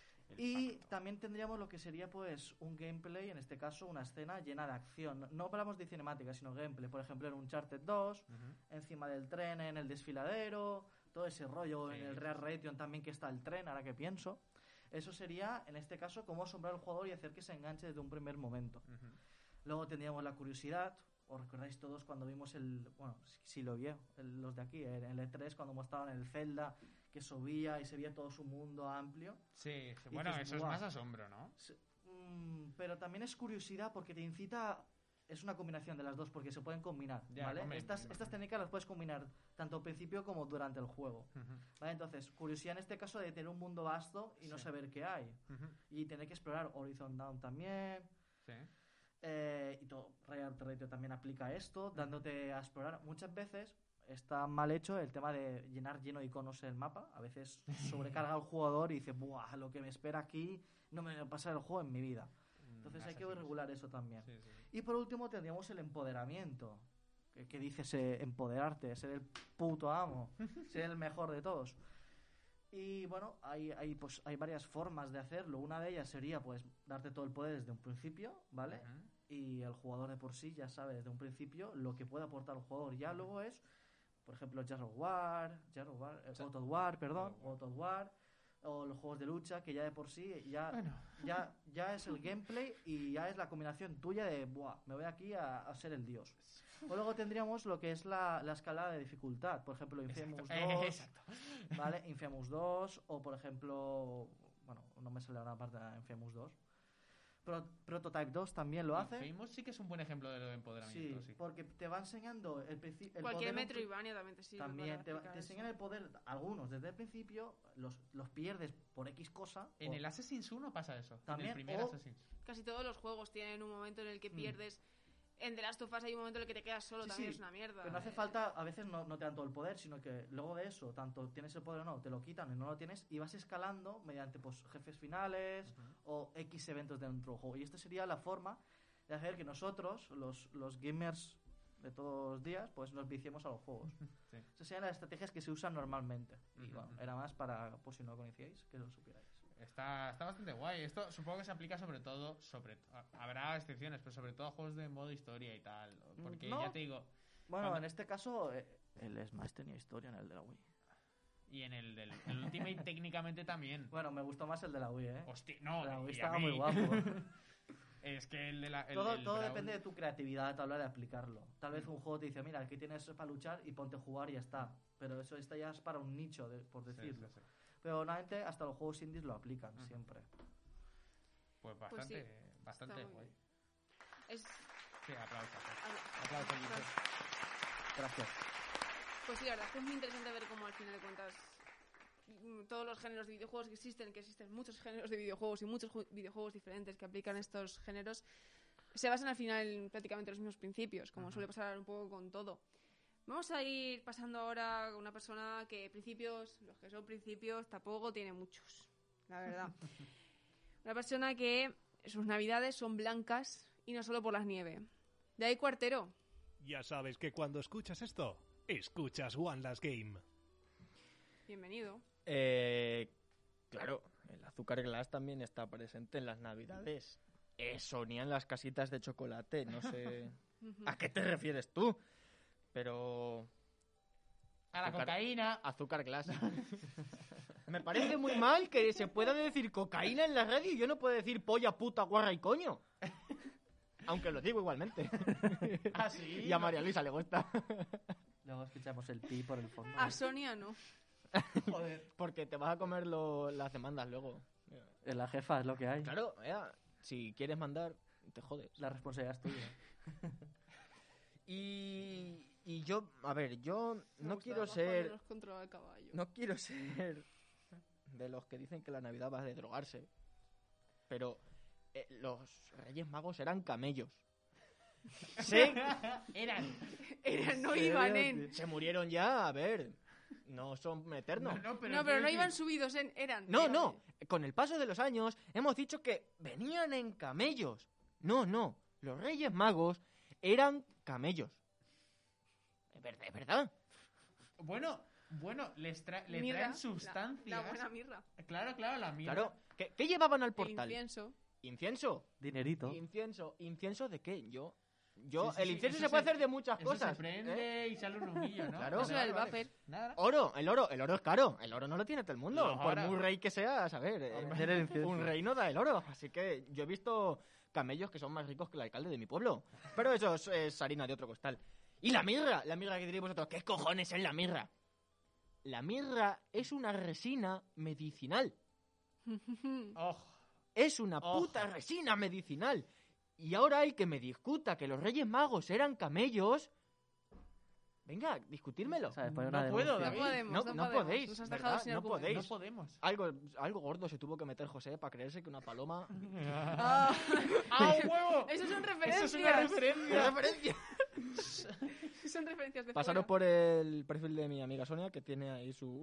Y también tendríamos lo que sería pues un gameplay, en este caso una escena llena de acción. No hablamos de cinemática, sino gameplay. Por ejemplo, en Uncharted 2, encima del tren, en el desfiladero, todo ese rollo. Sí, En el Red Rayon también que está el tren, ahora que pienso. Eso sería, en este caso, cómo asombrar al jugador y hacer que se enganche desde un primer momento. Luego tendríamos la curiosidad. ¿Os recordáis todos cuando vimos bueno, si lo vio, los de aquí, en el E3, cuando mostraban el Zelda, que subía y se veía todo su mundo amplio? Sí. Y Bueno, dices, eso es "Buah". más asombro, ¿no? Pero también es curiosidad porque te incita... Es una combinación de las dos porque se pueden combinar, Ya, ¿vale? hombre, Estas técnicas las puedes combinar tanto al principio como durante el juego, ¿vale? Entonces, curiosidad en este caso de tener un mundo vasto y no saber qué hay. Y tener que explorar Horizon Dawn también. Sí. Y todo, Radio también aplica esto, dándote a explorar. Muchas veces está mal hecho el tema de lleno de iconos el mapa. A veces sobrecarga al jugador y dice, ¡buah! Lo que me espera aquí no me va a pasar el juego en mi vida. Entonces hay que regular eso también. Sí. Y por último tendríamos el empoderamiento. Que dice empoderarte, ser el puto amo, ser el mejor de todos. Y bueno, hay varias formas de hacerlo. Una de ellas sería pues darte todo el poder desde un principio, ¿vale? Y el jugador de por sí ya sabe desde un principio lo que puede aportar el jugador. Ya luego es, por ejemplo, Gears of War, o los juegos de lucha, que ya de por sí ya es el gameplay y ya es la combinación tuya de, buah, me voy aquí a ser el dios. O luego tendríamos lo que es la escala de dificultad, por ejemplo, Infamous 2, Exacto. ¿vale? Infamous 2, o por ejemplo, bueno, no me sale una parte de Infamous 2. Prototype 2 también lo hace. Infamous sí que es un buen ejemplo de lo de empoderamiento, sí. Porque te va enseñando el Cualquier poder Metroidvania también te sirve. también para te aplicar enseñan eso. el poder, algunos desde el principio los pierdes por X cosa. En el Assassin's 1 pasa eso. También, En el primer o- Assassin's. Casi todos los juegos tienen un momento en el que pierdes. En The Last of Us hay un momento en el que te quedas solo, Sí, también sí, es una mierda. Pero no hace falta, a veces no te dan todo el poder, sino que luego de eso, tanto tienes el poder o no, te lo quitan y no lo tienes, y vas escalando mediante pues jefes finales o X eventos dentro del juego. Y esta sería la forma de hacer que nosotros, los gamers de todos los días, pues nos viciemos a los juegos. Sí. Esas serían las estrategias que se usan normalmente. Y bueno, era más para, por si no lo conocíais, que lo supierais. Está bastante guay. Esto supongo que se aplica sobre todo, habrá excepciones, pero sobre todo a juegos de modo historia y tal. Porque No. ya te digo, Bueno, Cuando- en este caso, el Smash tenía historia en el de la Wii. Y en el Ultimate técnicamente también. Bueno, me gustó más el de la Wii, ¿eh? Hostia, no, La Wii y a estaba mí. muy guapo. Es que el de la... Todo depende de tu creatividad a la hora de aplicarlo. Tal vez un juego te dice, mira, aquí tienes para luchar y ponte a jugar y ya está. Pero eso ya es para un nicho, por decirlo. Sí. Pero normalmente hasta los juegos indies lo aplican siempre. Pues bastante está muy guay. bien. Es... Sí, aplausos. Aplausos. Gracias. Pues sí, la verdad es que es muy interesante ver cómo al final de cuentas todos los géneros de videojuegos que existen muchos géneros de videojuegos y muchos videojuegos diferentes que aplican estos géneros, se basan al final en prácticamente los mismos principios, como suele pasar un poco con todo. Vamos a ir pasando ahora con una persona que los que son principios, tampoco tiene muchos, la verdad. Una persona que sus navidades son blancas y no solo por la nieve. De ahí Cuartero. Ya sabes que cuando escuchas esto, escuchas One Last Game. Bienvenido. Claro, el azúcar glass también está presente en las navidades. Sonia en las casitas de chocolate, no sé a qué te refieres tú, pero... A la cocaína. Azúcar glass. Me parece muy mal que se pueda decir cocaína en la radio y yo no puedo decir polla, puta, guarra y coño. Aunque lo digo igualmente. ¿Ah, sí? Y a María Luisa le gusta. Luego escuchamos el pi por el fondo. A Sonia no. Joder. Porque te vas a comer las demandas luego. La jefa es lo que hay. Claro, si quieres mandar, te jodes. La responsabilidad es tuya. Y yo, a ver, yo Me no gusta quiero más ser... cuando nos controla el caballo. No quiero ser de los que dicen que la Navidad va de drogarse. Pero los Reyes Magos eran camellos. Sí, Eran. No iban en... se murieron ya, a ver. No son eternos. No, pero no iban subidos en... Eran. No. Con el paso de los años hemos dicho que venían en camellos. No. Los Reyes Magos eran camellos. Es verdad. Bueno, le Mirra, traen sustancias. La buena mirra. Claro, la mirra. Claro. ¿Qué llevaban al El portal? incienso. ¿Incienso? Dinerito. ¿Incienso de qué? Yo Sí, el sí, incienso eso se puede hacer de muchas Eso cosas. se prende y sale un humillo, ¿no? Claro. Eso era el buffer. Nada. El oro es caro. El oro no lo tiene todo el mundo. No, Por ahora. muy rey que seas, a ver. Vender el incienso. Un rey no da el oro. Así que yo he visto camellos que son más ricos que el alcalde de mi pueblo. Pero eso es harina de otro costal. Y la mirra que diréis vosotros. ¿Qué cojones es la mirra? La mirra es una resina medicinal. Es una puta resina medicinal. Y ahora hay que me discuta que los Reyes Magos eran camellos. Venga, discutírmelo. ¿Sabes? Poner No una puedo, denuncia. David. No podéis, Nos has ¿verdad? dejado sin No argumentos. podéis. No podemos. Algo gordo se tuvo que meter José para creerse que una paloma... Ah, huevo! Eso son Eso referencias. es una referencia. ¡Referencia! Son referencias de Pasaros fuera. por el perfil de mi amiga Sonia, que tiene ahí su...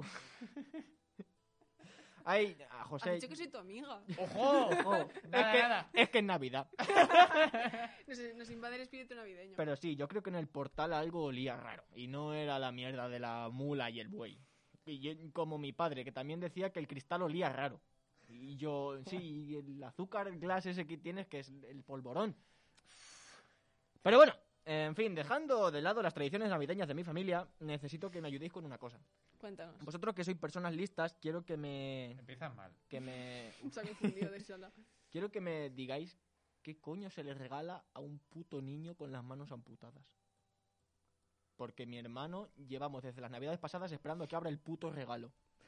Ay, Has José... dicho que soy tu amiga. ¡Ojo! Nada. Es que es Navidad. Nos invade el espíritu navideño. Pero sí, yo creo que en el portal algo olía raro. Y no era la mierda de la mula y el buey. Como mi padre, que también decía que el cristal olía raro. Y yo, sí, y el azúcar glass ese que tienes, que es el polvorón. Pero bueno, en fin, dejando de lado las tradiciones navideñas de mi familia, necesito que me ayudéis con una cosa. Cuéntanos. Vosotros que sois personas listas, quiero que me... Empiezan mal. Se ha confundido de sola. Quiero que me digáis qué coño se le regala a un puto niño con las manos amputadas. Porque mi hermano llevamos desde las navidades pasadas esperando que abra el puto regalo.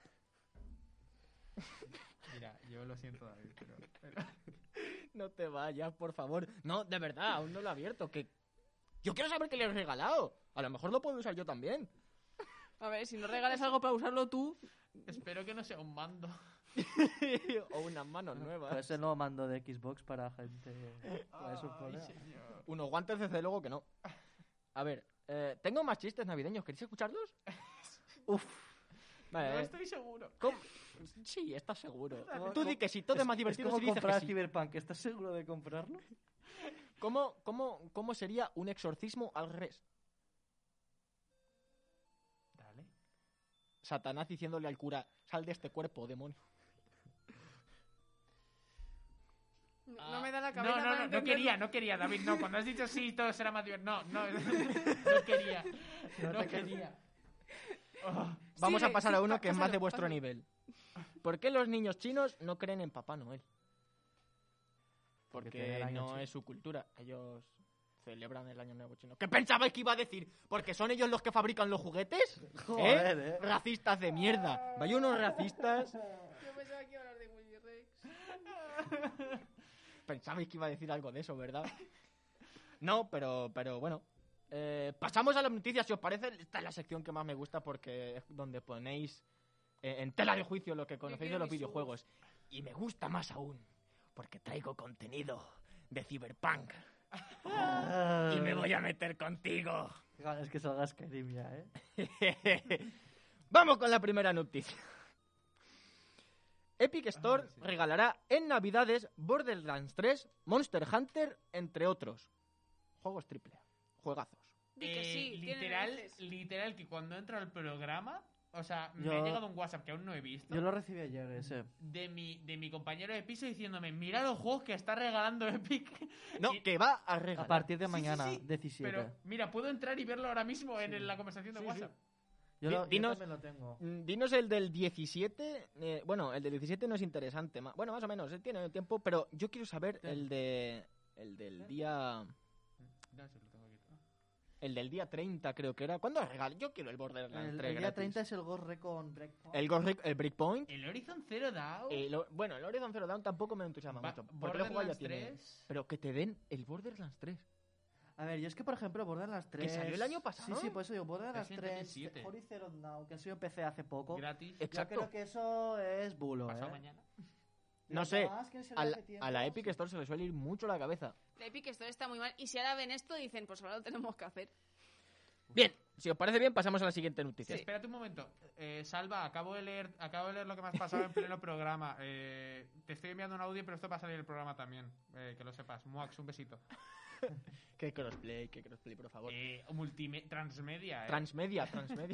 Mira, yo lo siento, David, pero... No te vayas, por favor. No, de verdad, aún no lo he abierto. Que yo quiero saber qué le he regalado. A lo mejor lo puedo usar yo también. A ver, si no regales algo para usarlo tú... Espero que no sea un mando. O unas manos nuevas. Pues ese nuevo mando de Xbox para gente. Para esos problemas. Unos guantes, desde luego que no. A ver, tengo más chistes navideños. ¿Queréis escucharlos? Uf. Vale, No estoy seguro. ¿cómo? Sí, estás seguro. Tú di que sí, todo es más divertido como si dices comprar que sí. Cyberpunk. ¿Estás seguro de comprarlo? ¿Cómo sería un exorcismo al revés? Dale. Satanás diciéndole al cura, sal de este cuerpo, demonio. No me da la cabeza para No entenderlo. quería, David, no. Cuando has dicho sí, todo será más divertido. No quería. No quería. Vamos a pasar a uno que es más pásalo, de vuestro pásalo. nivel. ¿Por qué los niños chinos no creen en Papá Noel? Porque tienen Porque el año no chino. es su cultura. Ellos celebran el Año Nuevo Chino. ¿Qué pensabais que iba a decir? ¿Porque son ellos los que fabrican los juguetes? Joder, Racistas de mierda. Vaya unos racistas. Yo pensaba que iba a hablar de Willy Rex. Pensabais que iba a decir algo de eso, ¿verdad? No, pero bueno. Pasamos a las noticias, si os parece. Esta es la sección que más me gusta porque es donde ponéis en tela de juicio lo que conocéis de los videojuegos. Y me gusta más aún porque traigo contenido de Cyberpunk. Y me voy a meter contigo. Es que salga Skyrim ya, ¿eh? Vamos con la primera noticia. Epic Store regalará en Navidades Borderlands 3, Monster Hunter, entre otros. Juegos triple A. Juegazos. Di que sí, tiene narices. Literal, que cuando entro al programa, o sea, me Yo- ha llegado un WhatsApp que aún no he visto. Yo lo recibí ayer, ese. De mi compañero de piso diciéndome, mira los juegos que está regalando Epic. No, Y- que va a regalar. A partir de Sí, mañana, sí, sí. 17. Pero mira, puedo entrar y verlo ahora mismo en la conversación de Sí, WhatsApp. Yo, yo dinos- también lo tengo. Dinos el del 17. Bueno, el del 17 no es interesante. Bueno, más o menos, tiene tiempo. Pero yo quiero saber el del día... No, sí, lo tengo aquí. El del día 30 creo que era. ¿Cuándo regala? Yo quiero el Borderlands El 3 día gratis. 30 es el Ghost Recon Breakpoint. El Breakpoint. El Horizon Zero Dawn. Bueno, el Horizon Zero Dawn tampoco me entusiasma mucho. Porque lo he jugado ya Borderlands tiene... 3. Pero que te den el Borderlands 3. A ver, yo es que, por ejemplo, Borderlands 3... salió el año pasado? Sí, por eso digo, Borderlands Resident 3, Evil 7. Horizon Zero Dawn, que ha sido en PC hace poco. Gratis. Yo Exacto. creo que eso es bulo, Pasado ¿eh? mañana. No Los sé, demás que salió hace tiempo, a la Epic sí. Store se le suele ir mucho la cabeza. La Epic Store está muy mal. Y si ahora ven esto, dicen, pues ahora lo tenemos que hacer. Bien, si os parece bien, pasamos a la siguiente noticia. Espérate un momento. Salva, acabo de leer lo que me has pasado en pleno programa. Te estoy enviando un audio, pero esto va a salir en el programa también. Que lo sepas. Muax, un besito. Qué crossplay, por favor. Transmedia, Transmedia.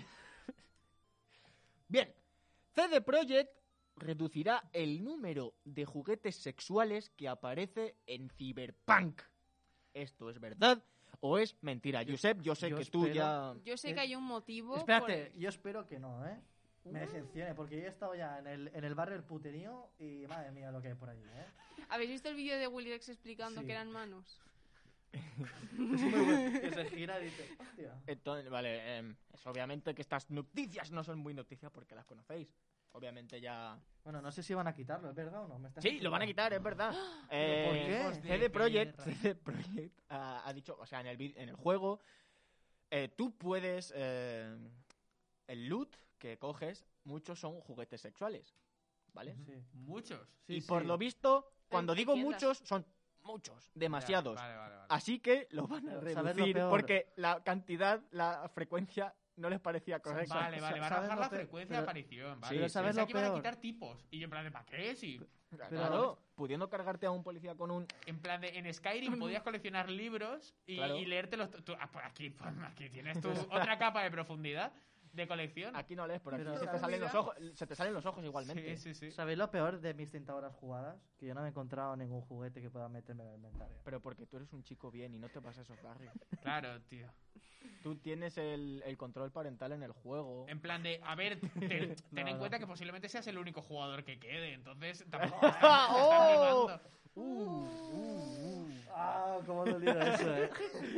Bien, CD Projekt reducirá el número de juguetes sexuales que aparece en Cyberpunk. ¿Esto es verdad o es mentira? Josep, yo sé yo que tú espero- ya... Yo sé que hay un motivo. Espérate, por el- yo espero que no, ¿eh? Me decepcione, porque yo he estado ya en el barrio del puterío y madre mía lo que hay por allí, ¿eh? ¿Habéis visto el vídeo de Willy Rex explicando Sí. que eran manos? Es muy bueno, que se gira y dice, hostia. Entonces, vale, es obviamente que estas noticias no son muy noticias porque las conocéis. Obviamente ya... Bueno, no sé si van a quitarlo, ¿es verdad o no? ¿Me estás Sí, lo van a quitar, es verdad. ¿Pero por qué? Hijos de CD Projekt perra. ha dicho, o sea, en el juego, tú puedes... el loot que coges, muchos son juguetes sexuales, ¿vale? Sí. Muchos. Sí, Y sí. por lo visto, cuando Hay digo tiendas. muchos, son muchos, demasiados. Ya, vale. Así que lo van a ¿Sabes lo reducir peor? porque la cantidad, la frecuencia no les parecía correcta. Vale, van a ¿Sabes bajar lo la peor? frecuencia de Pero- aparición. Sí, Vale. pero ¿sabes Pensaba lo que iban a peor? quitar tipos. Y yo en plan de, ¿para qué? Sí. Claro, pudiendo cargarte a un policía con un... En plan de, en Skyrim podías coleccionar libros y, Claro. y leértelos. Pues aquí tienes tu otra capa de profundidad de colección. Aquí no lees, por aquí Pero- se te salen los ojos igualmente. Sí. ¿Sabéis lo peor de mis 30 horas jugadas? Que yo no me he encontrado ningún juguete que pueda meterme en el inventario. Pero porque tú eres un chico bien y no te vas a esos barrios. Claro, tío. Tú tienes el control parental en el juego. En plan de, a ver, ten No, en no. cuenta que posiblemente seas el único jugador que quede. Entonces, tampoco te ¡Oh! estás mimando. ¡Ah! ¿Cómo te olvido eso, eh?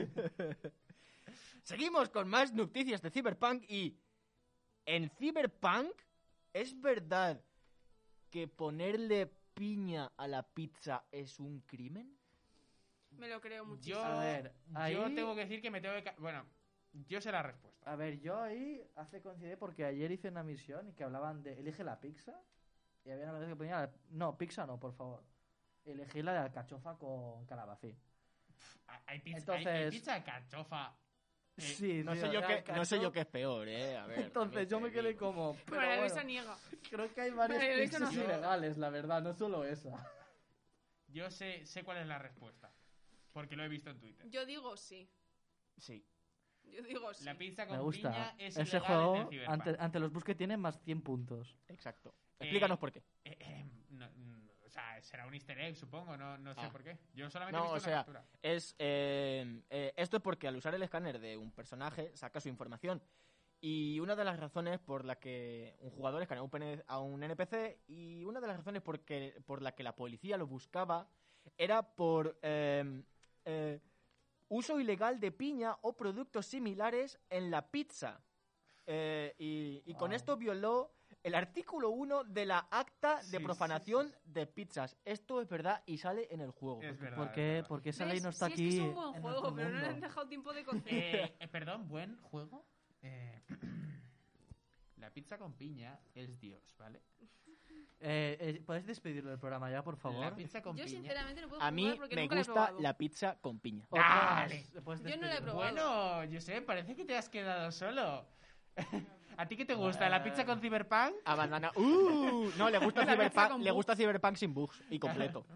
Seguimos con más noticias de Cyberpunk y... En Cyberpunk, ¿es verdad que ponerle piña a la pizza es un crimen? Me lo creo muchísimo. Yo, A ver, ahí- yo tengo que decir que me tengo que... Bueno, yo sé la respuesta. A ver, yo ahí hace coincidir porque ayer hice una misión y que hablaban de elige la pizza y había una vez que ponía no, pizza no, por favor. Elegí la de alcachofa con calabacín. Hay pizza, Entonces- hay pizza de carchofa. Sí, No tío, sé yo de qué, alcachofa. no sé yo qué es peor, a ver. Entonces yo me también te quedé digo. como... Pero María Luisa bueno, niega. creo que hay varias María Luisa pizzas no. ilegales, la verdad, no solo esa. Yo sé cuál es la respuesta. Porque lo he visto en Twitter. Yo digo sí. Sí. Yo digo sí. La pizza Me con gusta. piña es Ese ilegal en juego, el Cyberpunk. ante los bus que tiene, más 100 puntos. Exacto. Explícanos por qué. O sea, será un easter egg, supongo. No sé Ah. por qué. Yo solamente No, he visto o sea, la captura. esto es porque al usar el escáner de un personaje saca su información Y una de las razones por la que un jugador escaneó a un NPC y una de las razones por la que la policía lo buscaba era por uso ilegal de piña o productos similares en la pizza. Y con esto violó el artículo 1 de la acta de profanación de pizzas. Esto es verdad y sale en el juego. Es verdad, ¿Por es qué? verdad. Porque esa ley no está Sí, aquí. es que es un buen en juego, nuestro pero no le han mundo. dejado tiempo de cocer. Perdón, buen juego. La pizza con piña es Dios, ¿vale? ¿Puedes despedirlo del programa ya, por favor? La pizza con Yo piña. sinceramente no puedo A jugar mí porque me nunca la he gusta probado. la pizza con piña. Dale. ¿Puedes Yo no la he despedirlo? probado. Bueno, Josep, parece que te has quedado solo. ¿A ti qué te gusta? ¿La pizza con Cyberpunk? A banana. No, le gusta La pizza Cyberpunk, con le bugs. gusta Cyberpunk sin bugs y completo.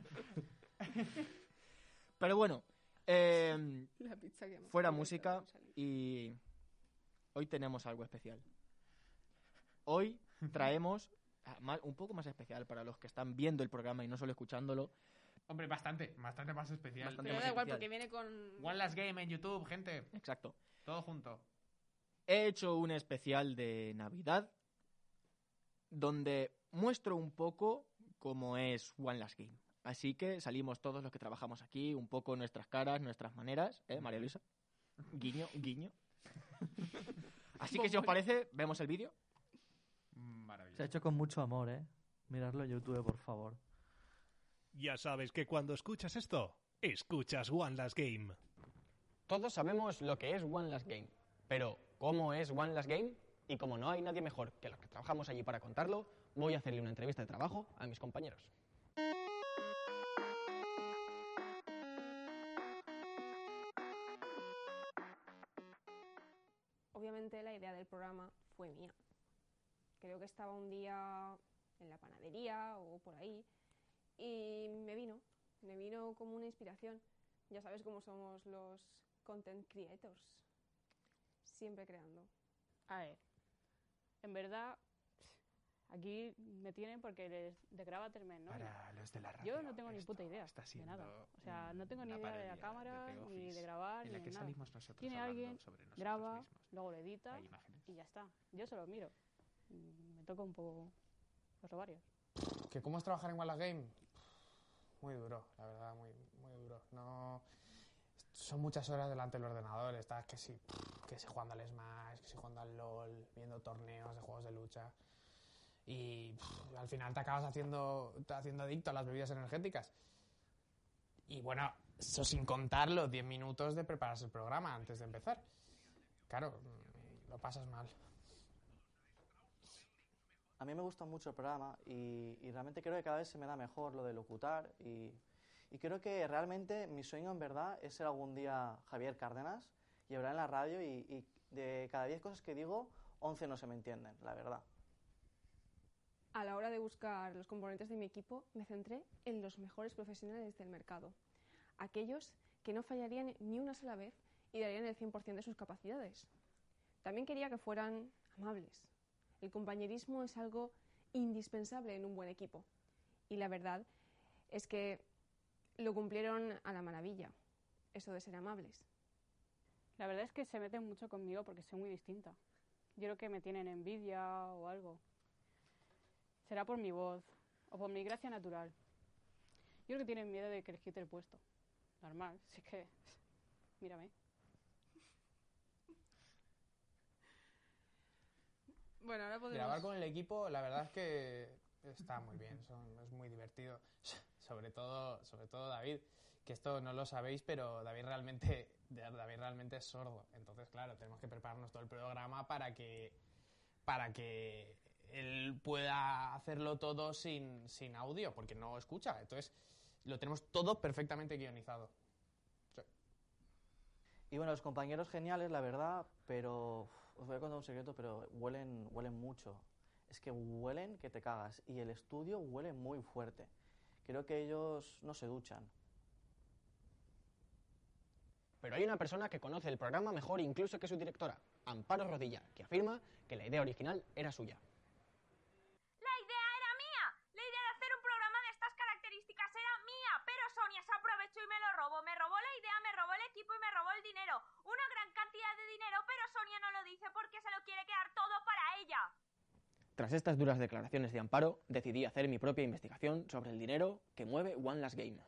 Pero bueno, La pizza que hemos fuera comido música está con saliva. y hoy tenemos algo especial. Hoy traemos un poco más especial para los que están viendo el programa y no solo escuchándolo. Hombre, bastante más especial. Bastante Pero más da igual especial. porque viene con... One Last Game en YouTube, gente. Exacto. Todo junto. He hecho un especial de Navidad donde muestro un poco cómo es One Last Game. Así que salimos todos los que trabajamos aquí, un poco nuestras caras, nuestras maneras, María Luisa? Guiño, guiño. Así que si os parece, vemos el vídeo. Maravilloso. Se ha hecho con mucho amor, ¿eh? Miradlo en YouTube, por favor. Ya sabes que cuando escuchas esto, escuchas One Last Game. Todos sabemos lo que es One Last Game, pero ¿cómo es One Last Game? Y como no hay nadie mejor que los que trabajamos allí para contarlo, voy a hacerle una entrevista de trabajo a mis compañeros. Obviamente la idea del programa fue mía. Creo que estaba un día en la panadería o por ahí y me vino como una inspiración. Ya sabes cómo somos los content creators, siempre creando. A ver, en verdad, aquí me tienen porque de Gravatermen, ¿no? Para los de la radio. Yo no tengo ni esto puta idea está de siendo nada. O sea, no tengo ni una idea de la parodia cámara, The ni Office, de grabar, en ni la que de nada. salimos nosotros Viene hablando alguien, sobre nosotros graba, mismos. luego lo edita Hay imágenes. y ya está. Yo solo miro. Me toca un poco los ovarios. ¿Que cómo es trabajar en One Last Game? Muy duro, la verdad, muy duro. No, son muchas horas delante del ordenador. Estás que si jugando al Smash, que si jugando al LOL, viendo torneos de juegos de lucha. Y al final te acabas haciendo adicto a las bebidas energéticas. Y bueno, eso sin contar los 10 minutos de prepararse el programa antes de empezar. Claro, lo pasas mal. A mí me gusta mucho el programa y realmente creo que cada vez se me da mejor lo de locutar y creo que realmente mi sueño en verdad es ser algún día Javier Cárdenas y hablar en la radio y de cada 10 cosas que digo, 11 no se me entienden, la verdad. A la hora de buscar los componentes de mi equipo, me centré en los mejores profesionales del mercado. Aquellos que no fallarían ni una sola vez y darían el 100% de sus capacidades. También quería que fueran amables. El compañerismo es algo indispensable en un buen equipo. Y la verdad es que lo cumplieron a la maravilla, eso de ser amables. La verdad es que se meten mucho conmigo porque soy muy distinta. Yo creo que me tienen envidia o algo. Será por mi voz o por mi gracia natural. Yo creo que tienen miedo de que les quite el puesto. Normal, si es que... Mírame. Bueno, ahora podemos... Grabar con el equipo, la verdad es que está muy bien, es muy divertido. Sobre todo David, que esto no lo sabéis, pero David realmente es sordo. Entonces, claro, tenemos que prepararnos todo el programa para que él pueda hacerlo todo sin audio, porque no escucha. Entonces, lo tenemos todo perfectamente guionizado. Sí. Y bueno, los compañeros geniales, la verdad, pero os voy a contar un secreto, pero huelen mucho. Es que huelen que te cagas y el estudio huele muy fuerte. Creo que ellos no se duchan. Pero hay una persona que conoce el programa mejor incluso que su directora, Amparo Rodilla, que afirma que la idea original era suya. La idea era mía. La idea de hacer un programa de estas características era mía, pero Pero Sonia se aprovechó y me lo robó. Me robó la idea, me robó el equipo y me robó el dinero. Una gran cantidad de dinero, pero Sonia no lo dice porque se lo quiere quedar todo para ella. Tras estas duras declaraciones de Amparo, decidí hacer mi propia investigación sobre el dinero que mueve One Last Game.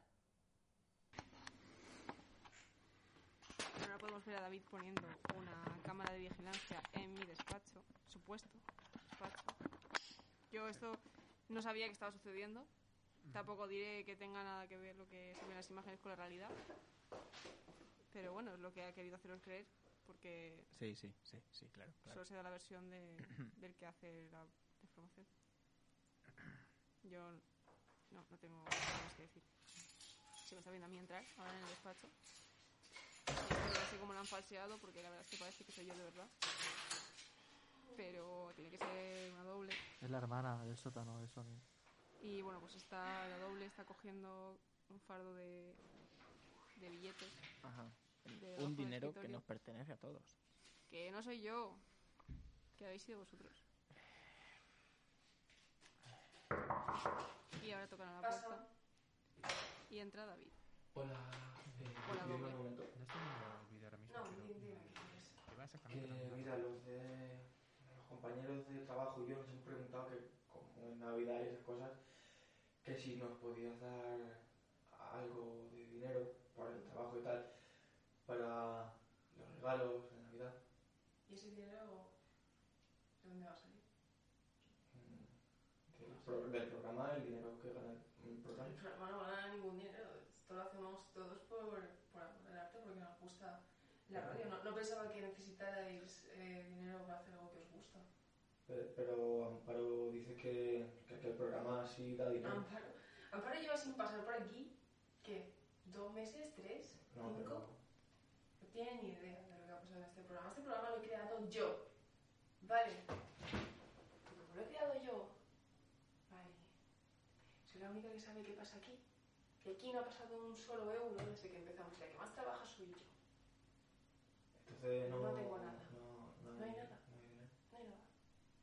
Ahora podemos ver a David poniendo una cámara de vigilancia en mi despacho, supuesto despacho. Yo esto no sabía que estaba sucediendo. Tampoco diré que tenga nada que ver lo que se ve en las imágenes con la realidad. Pero bueno, es lo que ha querido haceros creer, porque Sí, claro. solo se da la versión del que hace la información. Yo no tengo nada más que decir. Se me está viendo a mí entrar ahora en el despacho. No sé cómo lo han falseado, porque la verdad es que parece que soy yo de verdad. Pero tiene que ser una doble. Es la hermana del sótano de Sony. Y bueno, pues la doble está cogiendo un fardo de billetes. Ajá. debajo Un del dinero que escritorio. nos pertenece a todos. Que no soy yo, que habéis sido vosotros. Y ahora tocan a la puerta. Y entra David. Hola. Hola, dime doble. un momento. No estoy viendo el vídeo ahora mismo. No, pero dime. que va exactamente lo mismo. Mira, los compañeros de trabajo y yo nos hemos preguntado que, como en Navidad y esas cosas, que si nos podías dar algo de dinero por el trabajo y tal, para los regalos de Navidad. ¿Y ese dinero de dónde va a salir? Del programa, el dinero que gana el programa. El programa no gana ningún dinero. Esto lo hacemos todos por amor al arte, porque nos gusta la radio. No pensaba que necesitarais dinero para hacer algo que os gusta. Pero Amparo dice que el programa sí da dinero. Amparo lleva sin pasar por aquí, ¿qué? ¿2 meses? ¿3? No, 5? pero... No tiene ni idea de lo que ha pasado en este programa. Este programa lo he creado yo. Vale. Y como lo he creado yo, vale, soy la única que sabe qué pasa aquí. Que aquí no ha pasado un solo euro desde que empezamos. La que más trabaja soy yo. Entonces No tengo nada. No hay nada. No hay dinero. No hay nada.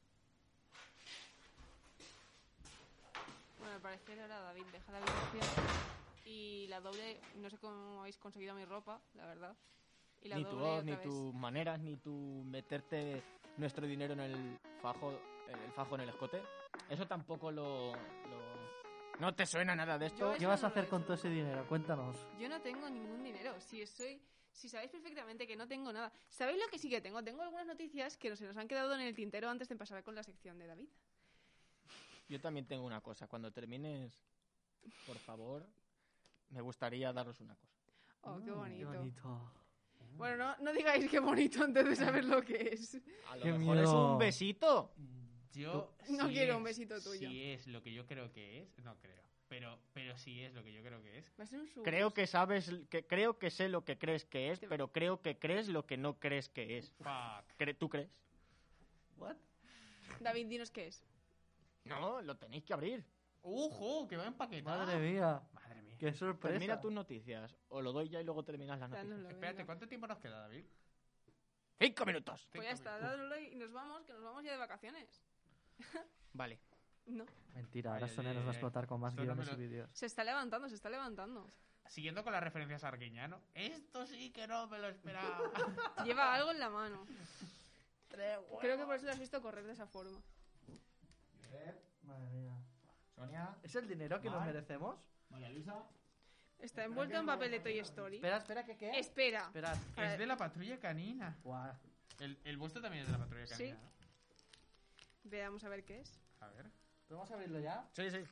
Bueno, al parecer ahora David deja la habitación. Y la doble, no sé cómo habéis conseguido mi ropa, la verdad. Y la Ni tu doble voz, otra ni vez. tus maneras, ni tu meterte nuestro dinero en el fajo en el escote. Eso tampoco ¿No te suena nada de esto? Yo ¿Qué eso vas a no lo he hacer con hecho. todo ese dinero? Cuéntanos. Yo no tengo ningún dinero. Si sabéis perfectamente que no tengo nada. ¿Sabéis lo que sí que tengo? Tengo algunas noticias que se nos han quedado en el tintero antes de pasar con la sección de David. Yo también tengo una cosa. Cuando termines, por favor, me gustaría daros una cosa. Oh, qué bonito. Qué bonito. Bueno, no digáis qué bonito antes de saber lo que es. A lo Qué mejor es miedo. un besito. Yo No si quiero es- un besito tuyo. Si es lo que yo creo que es, no creo. Pero si es lo que yo creo que es. Va a ser un Creo que creo que sé lo que crees que es, pero creo que crees lo que no crees que es. Fuck. ¿Tú crees? ¿What? David, dinos qué es. No, lo tenéis que abrir. ¡Ojo! Que va empaquetado. Madre mía. Madre mía. Qué sorpresa. Termina tus noticias. O lo doy ya y luego terminas las noticias. Dánoslo, Espérate, venga. ¿cuánto tiempo nos queda, David? 5 minutos. Pues ya está, dádnoslo y nos vamos, que nos vamos ya de vacaciones. Vale. No. Mentira, ahora Ay, Sonia nos va a explotar con más Esto no me guiones y lo- vídeos. Se está levantando, se está levantando. Siguiendo con las referencias a Arguiñano, esto sí que no me lo esperaba. Lleva algo en la mano. Creo que por eso lo has visto correr de esa forma. Madre mía. Sonia. ¿Es el dinero que nos Mar. merecemos? María Luisa. Está envuelto en papel de Toy Story. Espera, ¿qué? Espera. Esperad. Es de la patrulla canina. Guau. El vuestro también es de la patrulla Sí. canina, ¿no? Veamos a ver qué es. A ver. ¿Podemos abrirlo ya? Sí, sí.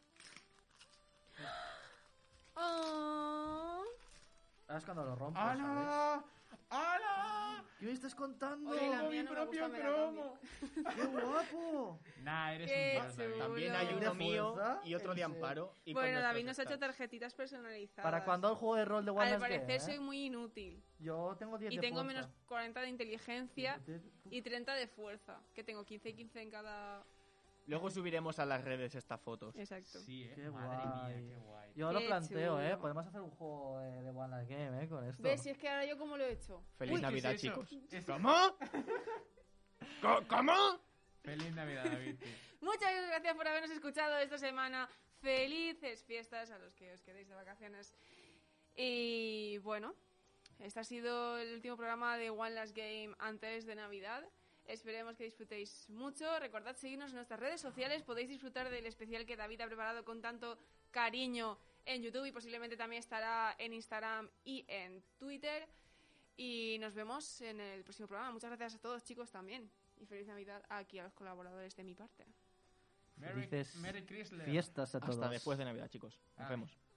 Oh. Ahora es cuando lo rompo, ¿sabes? ¡Hala! ¡Hala! ¿Qué me estás contando? Oye, la mía mi no me propio gusta, me la cambio. ¡Qué guapo! Nah, eres Qué un dios, David. chulo. También hay ¿De uno mío fuerza? y otro de ¿En serio? Amparo. Y con Bueno, nuestros David nos ha hecho stats. tarjetitas personalizadas. ¿Para cuándo el juego de rol de One Al Last parecer Game, soy muy inútil. Yo tengo 10 Y de tengo fuerza. menos 40 de inteligencia y 30 de fuerza. Que tengo 15 y 15 en cada... Luego subiremos a las redes estas fotos. Exacto. Sí, Qué Madre guay. mía, qué guay. Yo lo Qué planteo, chulo. Podemos hacer un juego de One Last Game, con esto. ¿Ves? Si es que ahora yo cómo lo he hecho. Feliz Uy, ¿qué Navidad, es eso? chicos. Es- ¿Cómo? ¿Cómo? Feliz Navidad, David. tío. Muchas gracias por habernos escuchado esta semana. felices fiestas a los que os quedéis de vacaciones. Y bueno, este ha sido el último programa de One Last Game antes de Navidad. Esperemos que disfrutéis mucho. Recordad seguirnos en nuestras redes sociales. Podéis disfrutar del especial que David ha preparado con tanto cariño en YouTube y posiblemente también estará en Instagram y en Twitter. Y nos vemos en el próximo programa. Muchas gracias a todos, chicos, también. Y feliz Navidad aquí a los colaboradores de mi parte. Felices fiestas a todos. Hasta después de Navidad, chicos. Nos vemos.